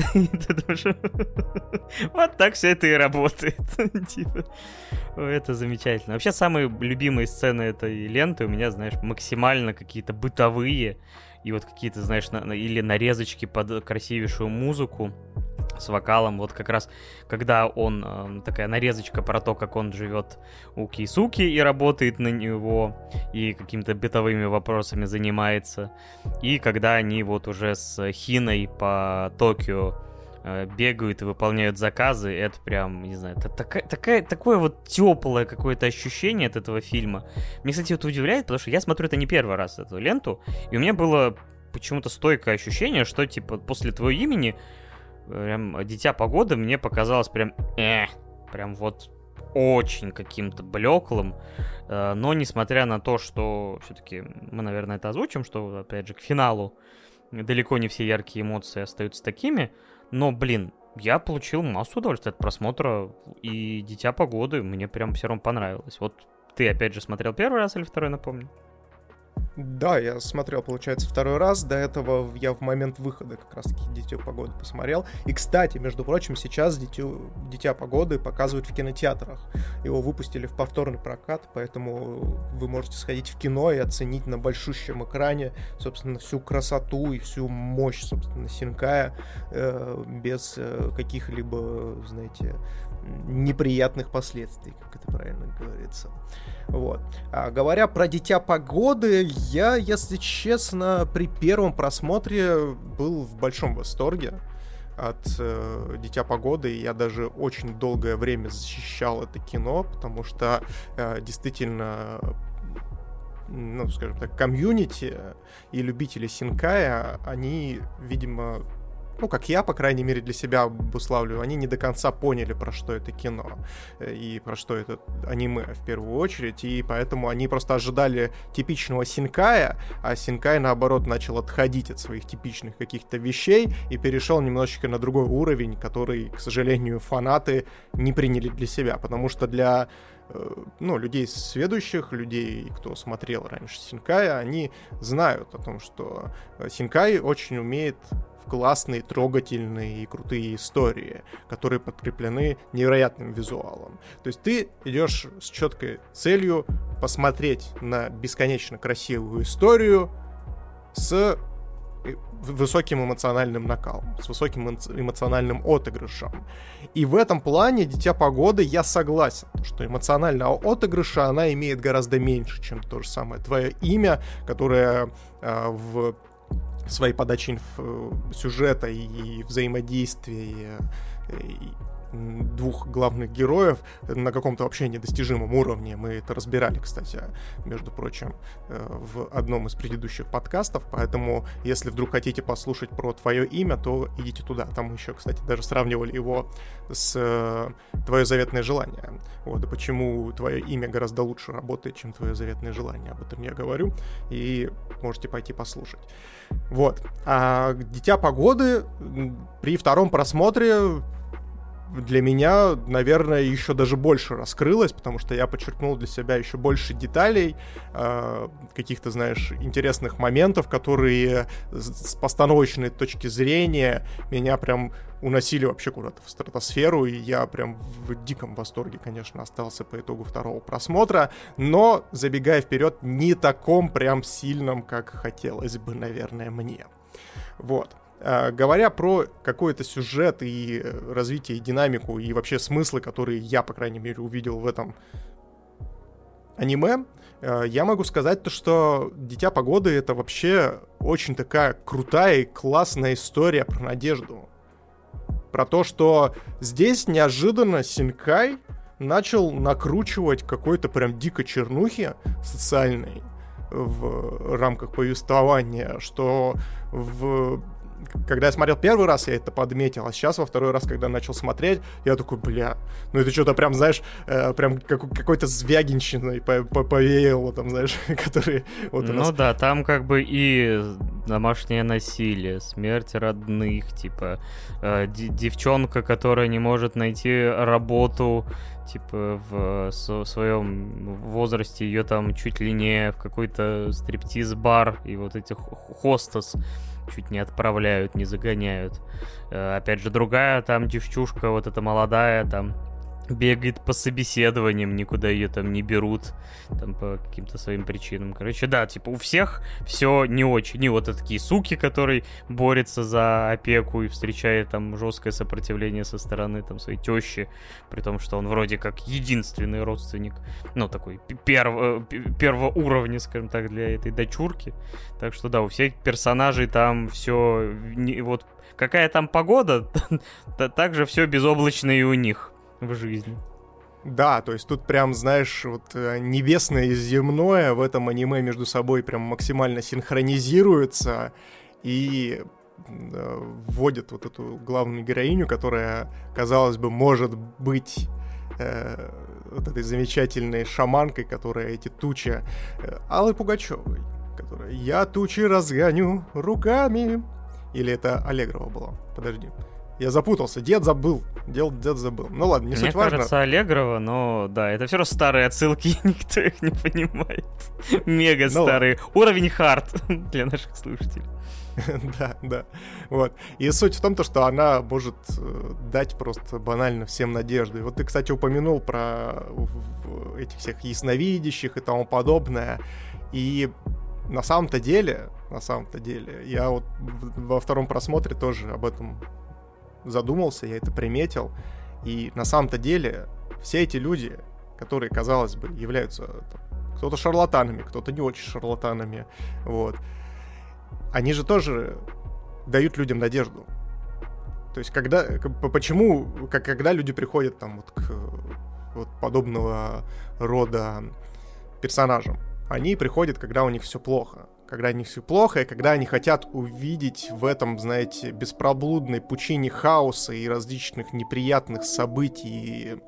Вот так все это и работает. Это замечательно. Вообще, самые любимые сцены этой ленты у меня, знаешь, максимально какие-то бытовые и вот какие-то, знаешь, или нарезочки под красивейшую музыку с вокалом, вот как раз, когда он, такая нарезочка про то, как он живет у Кейсуки и работает на него, и какими-то бытовыми вопросами занимается, и когда они вот уже с Хиной по Токио бегают и выполняют заказы, это прям, не знаю, это такое вот теплое какое-то ощущение от этого фильма. Мне, кстати, это удивляет, потому что я смотрю это не первый раз, эту ленту, и у меня было почему-то стойкое ощущение, что, типа, после твоего имени прям «Дитя погоды» мне показалось прям прям вот очень каким-то блеклым, но несмотря на то, что все-таки мы, наверное, это озвучим, что, опять же, к финалу далеко не все яркие эмоции остаются такими, но, блин, я получил массу удовольствия от просмотра, и «Дитя погоды» мне прям все равно понравилось. Вот ты, опять же, смотрел первый раз или второй, напомню? Да, я смотрел, получается, второй раз. До этого я в момент выхода как раз-таки «Дитё погоды» посмотрел. И, кстати, между прочим, сейчас «Дитя погоды» показывают в кинотеатрах. Его выпустили в повторный прокат, поэтому вы можете сходить в кино и оценить на большущем экране, собственно, всю красоту и всю мощь, собственно, Синкая без каких-либо, знаете, неприятных последствий, как это правильно говорится. Вот. А говоря про «Дитя погоды», я, если честно, при первом просмотре был в большом восторге от «Дитя погоды», и я даже очень долгое время защищал это кино, потому что действительно, ну, скажем так, комьюнити и любители Синкая, они, видимо, ну, как я, по крайней мере, для себя обуславливаю, они не до конца поняли, про что это кино и про что это аниме в первую очередь, и поэтому они просто ожидали типичного Синкая, а Синкай, наоборот, начал отходить от своих типичных каких-то вещей и перешел немножечко на другой уровень, который, к сожалению, фанаты не приняли для себя, потому что для людей сведущих, людей, кто смотрел раньше Синкая, они знают о том, что Синкай очень умеет в классные, трогательные и крутые истории, которые подкреплены невероятным визуалом. То есть ты идешь с четкой целью посмотреть на бесконечно красивую историю с высоким эмоциональным накалом, с высоким эмоциональным отыгрышем. И в этом плане «Дитя погоды» я согласен, что эмоционального отыгрыша она имеет гораздо меньше, чем то же самое «Твое имя», которое в своей подаче сюжета и взаимодействия двух главных героев на каком-то вообще недостижимом уровне. Мы это разбирали, кстати, между прочим, в одном из предыдущих подкастов, поэтому если вдруг хотите послушать про «Твое имя», то идите туда. Там еще, кстати, даже сравнивали его с «Твое заветное желание». Вот, и почему «Твое имя» гораздо лучше работает, чем «Твое заветное желание». Об этом я говорю, и можете пойти послушать. Вот. А «Дитя погоды» при втором просмотре для меня, наверное, еще даже больше раскрылось, потому что я подчеркнул для себя еще больше деталей, каких-то, знаешь, интересных моментов, которые с постановочной точки зрения меня прям уносили вообще куда-то в стратосферу, и я прям в диком восторге, конечно, остался по итогу второго просмотра, но, забегая вперед, не таком прям сильном, как хотелось бы, наверное, мне. Вот. Говоря про какой-то сюжет и развитие, и динамику, и вообще смыслы, которые я, по крайней мере, увидел в этом аниме, я могу сказать то, что «Дитя погоды» — это вообще очень такая крутая и классная история про надежду. Про то, что здесь неожиданно Синкай начал накручивать какой-то прям дико чернухи социальной в рамках повествования, что когда я смотрел первый раз, я это подметил, а сейчас во второй раз, когда начал смотреть, я такой, ну это что-то прям, знаешь, прям какой-то звягинщиной повеяло там, знаешь, которые... Вот ну да, там как бы и домашнее насилие, смерть родных, типа девчонка, которая не может найти работу, типа в своем возрасте ее там чуть ли не в какой-то стриптиз-бар, и вот этих хостес чуть не отправляют, не загоняют. Опять же, другая там девчушка, вот эта молодая, там бегает по собеседованиям, никуда ее там не берут, там по каким-то своим причинам. Короче, да, типа у всех все не очень. И вот такие суки, которые борются за опеку и встречает там жесткое сопротивление со стороны там своей тещи, при том, что он вроде как единственный родственник, ну, такой первого уровня, скажем так, для этой дочурки. Так что да, у всех персонажей там все, вот какая там погода, так же все безоблачно и у них в жизни. Да, то есть тут прям, знаешь, вот небесное и земное в этом аниме между собой прям максимально синхронизируются и вводят вот эту главную героиню, которая, казалось бы, может быть вот этой замечательной шаманкой, которая эти тучи Аллы Пугачевой, которая «Я тучи разгоню руками». Или это Аллегрова было? Подожди. Я запутался, дед забыл. Дед забыл. Ну ладно, не суть важно. Мне кажется, Аллегрова, но да, это все равно старые отсылки, никто их не понимает. Мега старые. Уровень хард для наших слушателей. Да. Вот. И суть в том, что она может дать просто банально всем надежду. И вот ты, кстати, упомянул про этих всех ясновидящих и тому подобное. И на самом-то деле, я вот во втором просмотре тоже об этом задумался, я это приметил. И на самом-то деле все эти люди, которые, казалось бы, являются кто-то шарлатанами, кто-то не очень шарлатанами, вот, они же тоже дают людям надежду. То есть когда люди приходят там вот к вот подобного рода персонажам, они приходят, когда у них все плохо. Когда у них все плохо, и когда они хотят увидеть в этом, знаете, беспроблудной пучине хаоса и различных неприятных событий,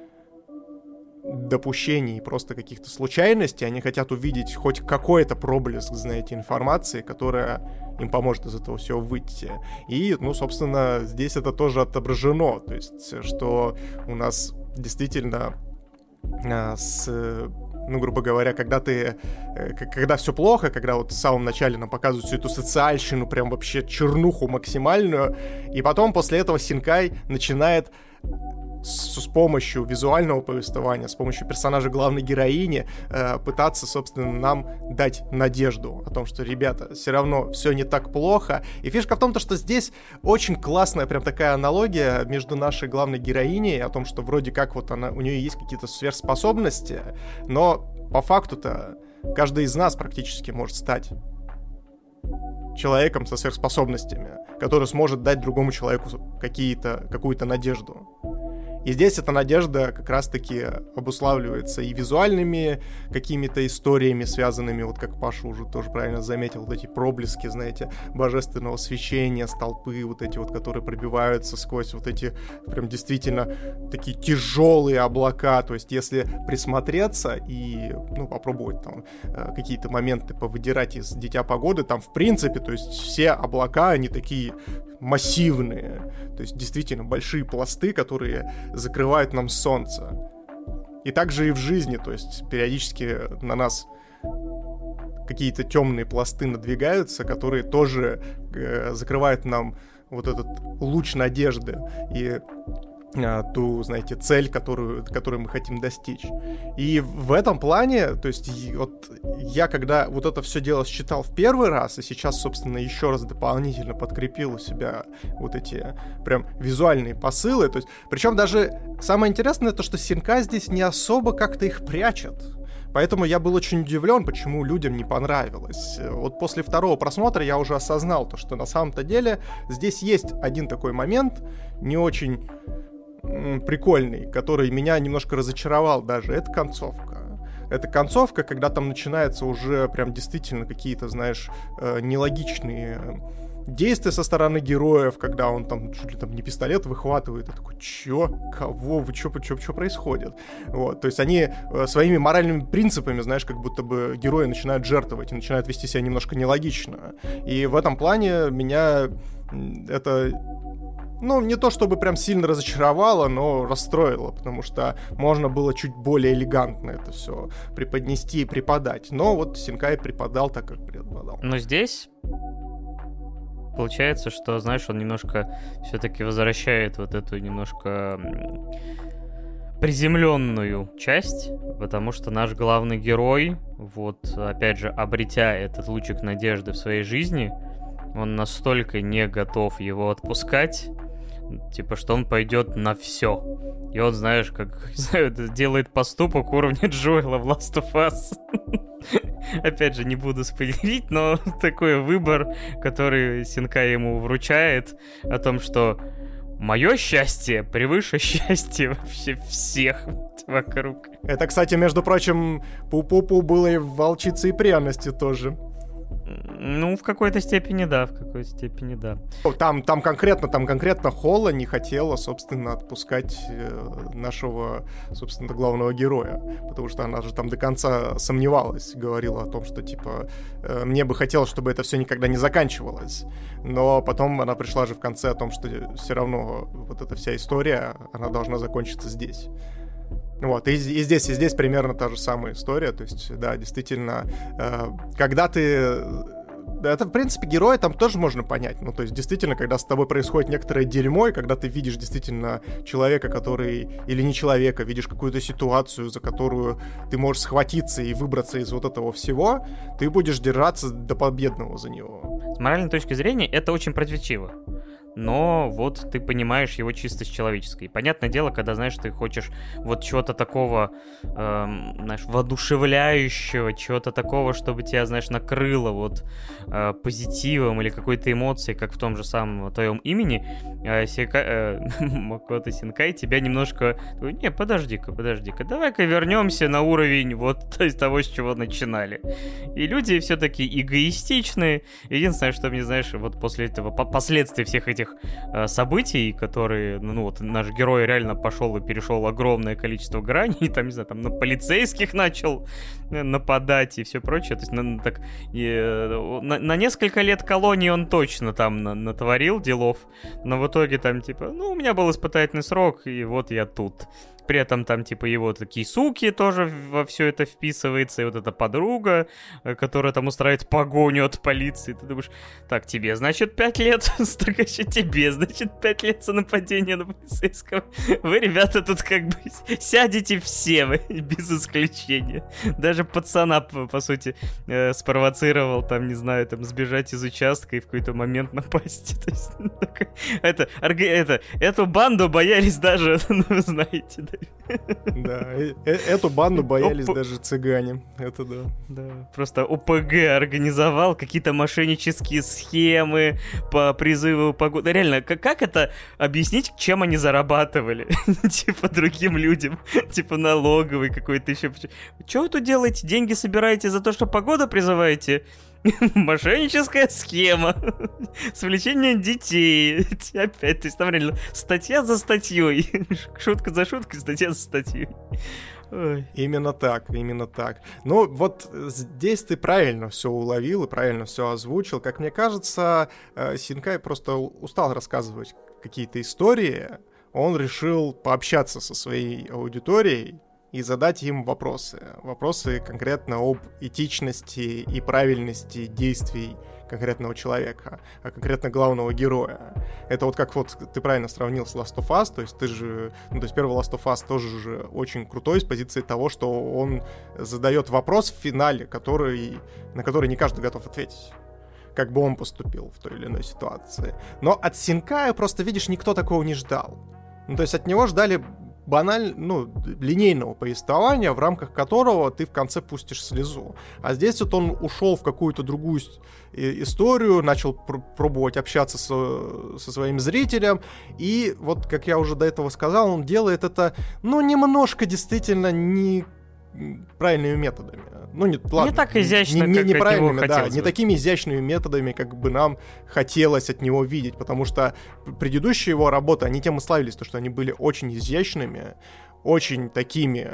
допущений, просто каких-то случайностей, они хотят увидеть хоть какой-то проблеск, знаете, информации, которая им поможет из этого всего выйти. И, ну, собственно, здесь это тоже отображено. То есть, что у нас действительно ну, грубо говоря, когда все плохо, когда вот в самом начале нам показывают всю эту социальщину, прям вообще чернуху максимальную, и потом после этого Синкай начинает с помощью визуального повествования, с помощью персонажа главной героини пытаться, собственно, нам дать надежду о том, что, ребята, все равно все не так плохо. И фишка в том, что здесь очень классная прям такая аналогия между нашей главной героиней, о том, что вроде как вот у нее есть какие-то сверхспособности, но по факту-то каждый из нас практически может стать человеком со сверхспособностями, который сможет дать другому человеку какую-то надежду. И здесь эта надежда как раз-таки обуславливается и визуальными какими-то историями, связанными, вот как Паша уже тоже правильно заметил, вот эти проблески, знаете, божественного свечения, столпы вот эти вот, которые пробиваются сквозь вот эти прям действительно такие тяжелые облака. То есть если присмотреться и, ну, попробовать там какие-то моменты повыдирать из «Дитя погоды», там в принципе, то есть все облака, они такие массивные, то есть действительно большие пласты, которые закрывают нам солнце. И также и в жизни, то есть периодически на нас какие-то темные пласты надвигаются, которые тоже закрывают нам вот этот луч надежды и ту, знаете, цель, которую мы хотим достичь. И в этом плане, то есть вот я, когда вот это все дело считал в первый раз, и сейчас, собственно, еще раз дополнительно подкрепил у себя вот эти прям визуальные посылы, то есть, причем даже самое интересное то, что Синкай здесь не особо как-то их прячет. Поэтому я был очень удивлен, почему людям не понравилось. Вот после второго просмотра я уже осознал то, что на самом-то деле здесь есть один такой момент, не очень прикольный, который меня немножко разочаровал даже. Это концовка. Это концовка, когда там начинаются уже прям действительно какие-то, знаешь, нелогичные действия со стороны героев, когда он там чуть ли там не пистолет выхватывает, и такой, чё? Кого? Вы чё происходит? Вот, то есть они своими моральными принципами, знаешь, как будто бы герои начинают жертвовать и начинают вести себя немножко нелогично. И в этом плане меня это, ну, не то чтобы прям сильно разочаровало, но расстроило, потому что можно было чуть более элегантно это все преподнести и преподать. Но вот Синкай преподал так, как преподал. Но здесь получается, что, знаешь, он немножко все-таки возвращает вот эту немножко приземленную часть, потому что наш главный герой, вот, опять же, обретя этот лучик надежды в своей жизни, он настолько не готов его отпускать, типа, что он пойдет на все. И он, знаешь, как делает поступок уровня Джоэла в Last of Us. Опять же, не буду спойлерить, но такой выбор, который Синкай ему вручает, о том, что мое счастье превыше счастья вообще всех вокруг. Это, кстати, между прочим, Пу-Пу-Пу было и в «Волчице и пряности» тоже. Ну, в какой-то степени да, Там конкретно Холла не хотела, собственно, отпускать нашего, собственно, главного героя, потому что она же там до конца сомневалась, говорила о том, что, типа, мне бы хотелось, чтобы это все никогда не заканчивалось, но потом она пришла же в конце о том, что все равно вот эта вся история, она должна закончиться здесь. Вот, и здесь примерно та же самая история, то есть, да, действительно, когда ты... Это, в принципе, героя там тоже можно понять, ну, то есть, действительно, когда с тобой происходит некоторое дерьмо, и когда ты видишь действительно человека, который, или не человека, видишь какую-то ситуацию, за которую ты можешь схватиться и выбраться из вот этого всего, ты будешь держаться до победного за него. С моральной точки зрения, это очень противоречиво. Но вот ты понимаешь его чисто с человеческой. Понятное дело, когда, знаешь, ты хочешь вот чего-то такого, знаешь, воодушевляющего, чего-то такого, чтобы тебя, знаешь, накрыло вот позитивом или какой-то эмоцией, как в том же самом твоем имени, Макото Синкай тебя немножко... Не, подожди-ка, давай-ка вернемся на уровень вот из того, с чего начинали. И люди все-таки эгоистичные. Единственное, что мне, знаешь, вот после этого, последствий всех этих событий, которые, ну вот наш герой реально пошел и перешел огромное количество граней, там, не знаю, там на полицейских начал нападать и все прочее, то есть на несколько лет колонии он точно там натворил делов, но в итоге там типа, ну, у меня был испытательный срок, и вот я тут. При этом там, типа, его такие суки тоже во все это вписывается, и вот эта подруга, которая там устраивает погоню от полиции. Ты думаешь, так, тебе, значит, 5 лет, строгача, тебе, значит, 5 лет за нападение на полицейского. Вы, ребята, тут как бы сядете все, вы, без исключения. Даже пацана, по сути, спровоцировал, там, не знаю, там, сбежать из участка и в какой-то момент напасть. То есть, эту банду боялись даже, ну, вы знаете, да. Да, эту банду боялись даже цыгане. Это да. Да, просто ОПГ организовал какие-то мошеннические схемы по призыву погоды. Реально, как это объяснить, чем они зарабатывали? Типа другим людям. Типа налоговый какой-то еще. Что вы тут делаете? Деньги собираете за то, что погода призываете? Мошенническая схема. Свлечение детей. Опять, то есть там реально статья за статьей. Шутка за шуткой, статья за статьей. Ой. Именно так. Ну, вот здесь ты правильно все уловил и правильно все озвучил. Как мне кажется, Синкай просто устал рассказывать какие-то истории. Он решил пообщаться со своей аудиторией и задать им вопросы. Вопросы конкретно об этичности и правильности действий конкретного человека, а конкретно главного героя. Это вот как вот ты правильно сравнил с Last of Us, то есть ты же, ну, то есть первый Last of Us тоже же очень крутой с позиции того, что он задает вопрос в финале, на который не каждый готов ответить, как бы он поступил в той или иной ситуации. Но от Синкая просто, видишь, никто такого не ждал. Ну, то есть от него ждали линейного повествования, в рамках которого ты в конце пустишь слезу. А здесь вот он ушел в какую-то другую историю, начал пробовать общаться со своим зрителем, и вот, как я уже до этого сказал, он делает это, ну, немножко действительно не правильными методами. Ну, не так изящно, как неправильными, от него хотелось не такими изящными методами, как бы нам хотелось от него видеть, потому что предыдущие его работы, они тем и славились, то, что они были очень изящными, очень такими,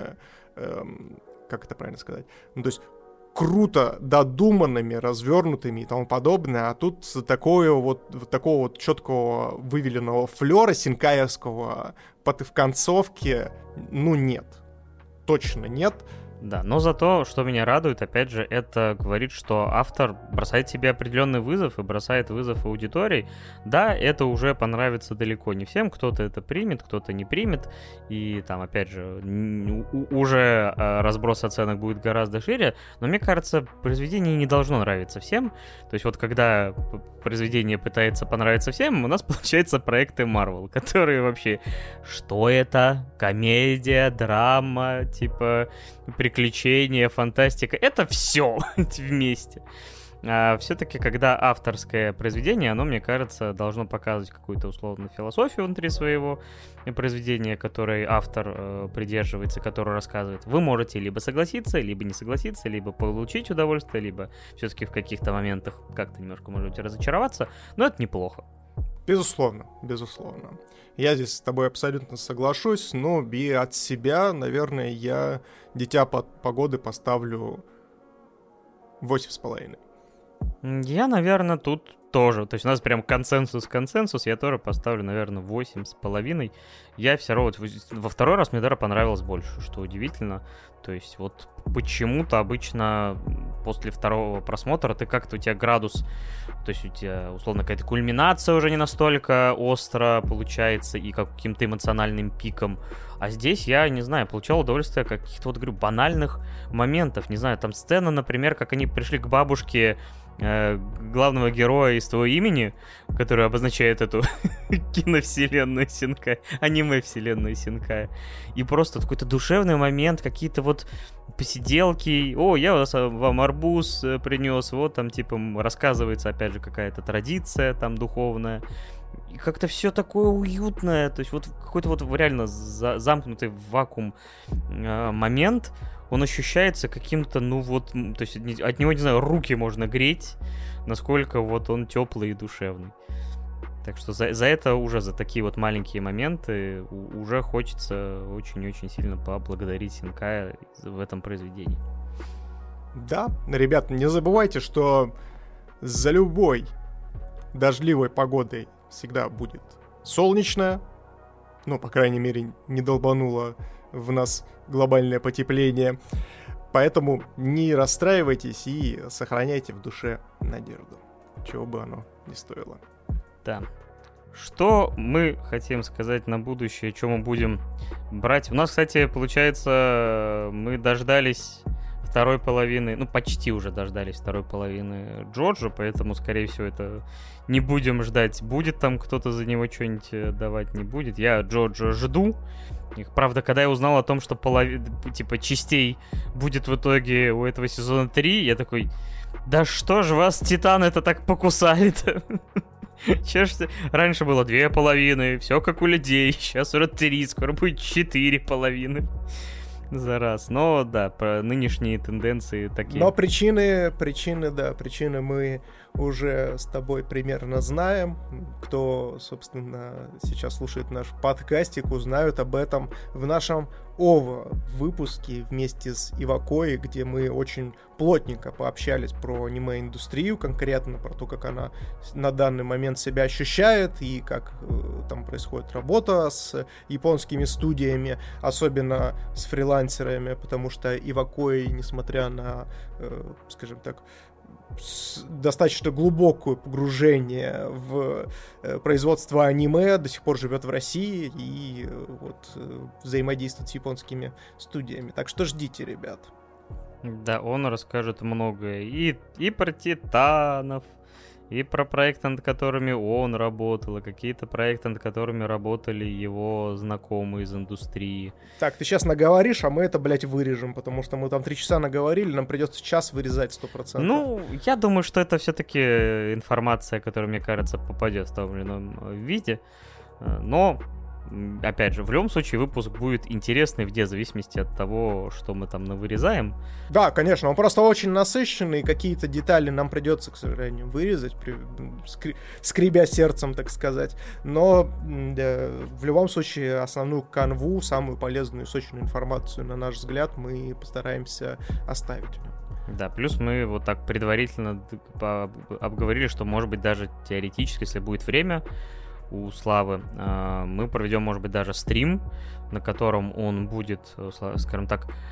как это правильно сказать, ну, то есть круто додуманными, развернутыми и тому подобное, а тут такого вот четкого вывеленного флера синкаевского в концовке, ну, нет. Точно нет. Да, но зато, что меня радует, опять же, это говорит, что автор бросает себе определенный вызов и бросает вызов аудитории. Да, это уже понравится далеко не всем, кто-то это примет, кто-то не примет, и там, опять же, уже разброс оценок будет гораздо шире, но мне кажется, произведение не должно нравиться всем. То есть вот когда произведение пытается понравиться всем, у нас получаются проекты Marvel, которые вообще, что это? Комедия, драма, типа приключения, фантастика, это все вместе. А все-таки, когда авторское произведение, оно, мне кажется, должно показывать какую-то условно философию внутри своего произведения, которой автор придерживается, который рассказывает. Вы можете либо согласиться, либо не согласиться, либо получить удовольствие, либо все-таки в каких-то моментах как-то немножко можете разочароваться, но это неплохо. Безусловно, безусловно. Я здесь с тобой абсолютно соглашусь, но и от себя, наверное, я «Дитя погоды» поставлю 8,5. Я, наверное, тут тоже. То есть у нас прям консенсус. Я тоже поставлю, наверное, 8,5. Я все равно... Во второй раз мне даже понравилось больше, что удивительно. То есть вот почему-то обычно после второго просмотра ты как-то, у тебя градус, то есть у тебя условно какая-то кульминация уже не настолько остро получается и каким-то эмоциональным пиком. А здесь я, не знаю, получал удовольствие от каких-то, вот говорю, банальных моментов. Не знаю, там сцена, например, как они пришли к бабушке главного героя из твоего имени, который обозначает эту киновселенную Синкай, аниме-вселенную Синкай. И просто какой-то душевный момент, какие-то вот посиделки. О, я вам арбуз принес. Вот там типа рассказывается опять же какая-то традиция там духовная. И как-то все такое уютное. То есть вот какой-то вот реально замкнутый в вакуум момент. Он ощущается каким-то, ну вот, то есть от него, не знаю, руки можно греть, насколько вот он теплый и душевный. Так что за это уже, за такие вот маленькие моменты уже хочется очень-очень сильно поблагодарить Синкая в этом произведении. Да, ребят, не забывайте, что за любой дождливой погодой всегда будет солнечно, ну, по крайней мере, не долбануло в нас глобальное потепление. Поэтому не расстраивайтесь и сохраняйте в душе надежду, чего бы оно ни стоило. Да. Что мы хотим сказать на будущее, что мы будем брать? У нас, кстати, получается, мы дождались второй половины, ну, почти уже дождались второй половины Джоджо, поэтому, скорее всего, это не будем ждать, будет там кто-то за него что-нибудь давать, не будет. Я Джоджо жду. Правда, когда я узнал о том, что типа частей будет в итоге у этого сезона 3, я такой, да что ж вас, Титаны-то так покусали-то? Раньше было 2 половины, все как у людей, сейчас уже 3, скоро будет 4 половины за раз. Но да, про нынешние тенденции такие. Но причины мы уже с тобой примерно знаем. Кто, собственно, сейчас слушает наш подкастик, узнают об этом в нашем выпуске вместе с Ивакой, где мы очень плотненько пообщались про аниме-индустрию, конкретно про то, как она на данный момент себя ощущает и как там происходит работа с японскими студиями, особенно с фрилансерами, потому что Ивакой, несмотря на, скажем так, достаточно глубокое погружение в производство аниме, до сих пор живет в России и вот взаимодействует с японскими студиями. Так что ждите, ребят. Да, он расскажет многое и про Титанов, и про проекты, над которыми он работал, и какие-то проекты, над которыми работали его знакомые из индустрии. Так, ты сейчас наговоришь, а мы это, блядь, вырежем, потому что мы там 3 часа наговорили, нам придется час вырезать 100%. Ну, я думаю, что это все-таки информация, которая, мне кажется, попадет в том или ином виде, но... Опять же, в любом случае выпуск будет интересный вне зависимости от того, что мы там навырезаем. Да, конечно, он просто очень насыщенный, какие-то детали нам придется, к сожалению, вырезать, скребя сердцем, так сказать. Но в любом случае основную канву, самую полезную и сочную информацию, на наш взгляд, мы постараемся оставить. Да, плюс мы вот так предварительно обговорили, что, может быть, даже теоретически, если будет время у Славы, мы проведем, может быть, даже стрим, на котором он будет, скажем так,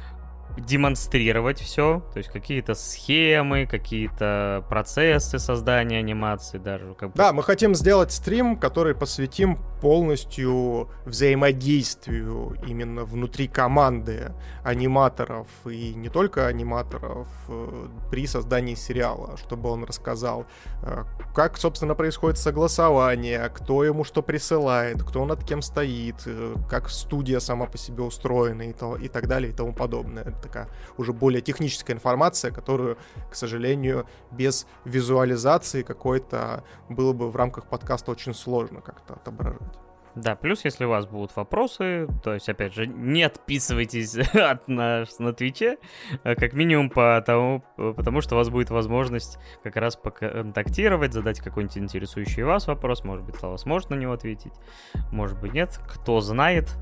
демонстрировать все, то есть какие-то схемы, какие-то процессы создания анимации даже. Да, мы хотим сделать стрим, который посвятим полностью взаимодействию именно внутри команды аниматоров, и не только аниматоров, при создании сериала, чтобы он рассказал, как, собственно, происходит согласование, кто ему что присылает, кто над кем стоит, как студия сама по себе устроена и так далее и тому подобное. Это такая уже более техническая информация, которую, к сожалению, без визуализации какой-то было бы в рамках подкаста очень сложно как-то отображать. Да, плюс, если у вас будут вопросы, то есть, опять же, не отписывайтесь от нас на Твиче, как минимум потому что у вас будет возможность как раз поконтактировать, задать какой-нибудь интересующий вас вопрос, может быть, Слава сможет на него ответить, может быть, нет, кто знает.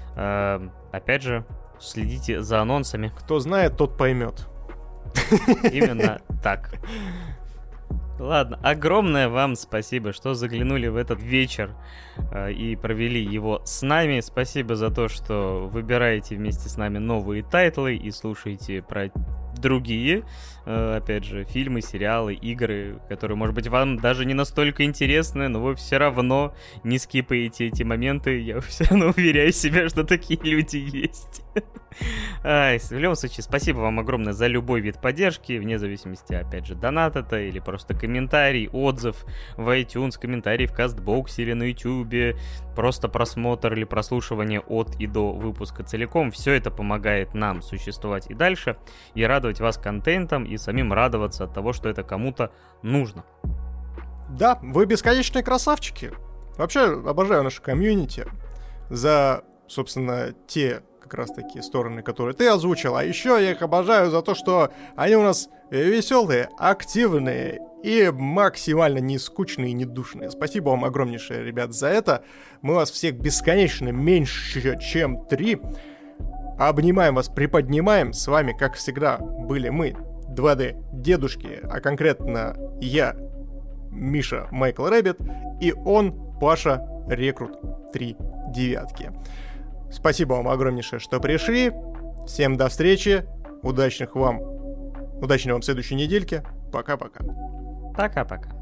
Опять же, следите за анонсами. Кто знает, тот поймет. Именно так. Ладно, огромное вам спасибо, что заглянули в этот вечер и провели его с нами. Спасибо за то, что выбираете вместе с нами новые тайтлы и слушаете про другие, опять же, фильмы, сериалы, игры, которые, может быть, вам даже не настолько интересны, но вы все равно не скипаете эти моменты. Я все равно уверяю себя, что такие люди есть. В любом случае, спасибо вам огромное за любой вид поддержки, вне зависимости, опять же, донат это или просто комментарий, отзыв в iTunes, комментарий в Кастбоксе или на YouTube, просто просмотр или прослушивание от и до выпуска целиком. Все это помогает нам существовать и дальше, и радовать вас контентом, и самим радоваться от того, что это кому-то нужно. Да, вы бесконечные красавчики. Вообще, обожаю наше комьюнити за, собственно, те как раз такие стороны, которые ты озвучил. А еще я их обожаю за то, что они у нас веселые, активные и максимально не скучные и не душные. Спасибо вам огромнейшее, ребят, за это. Мы вас всех бесконечно меньше, чем 3. Обнимаем вас, приподнимаем. С вами, как всегда, были мы, 2D-дедушки, а конкретно я, Миша Майкл Рэббит, и он, Паша Рекрут 3 девятки. Спасибо вам огромнейшее, что пришли. Всем до встречи. Удачной вам следующей недельки. Пока-пока. Пока-пока.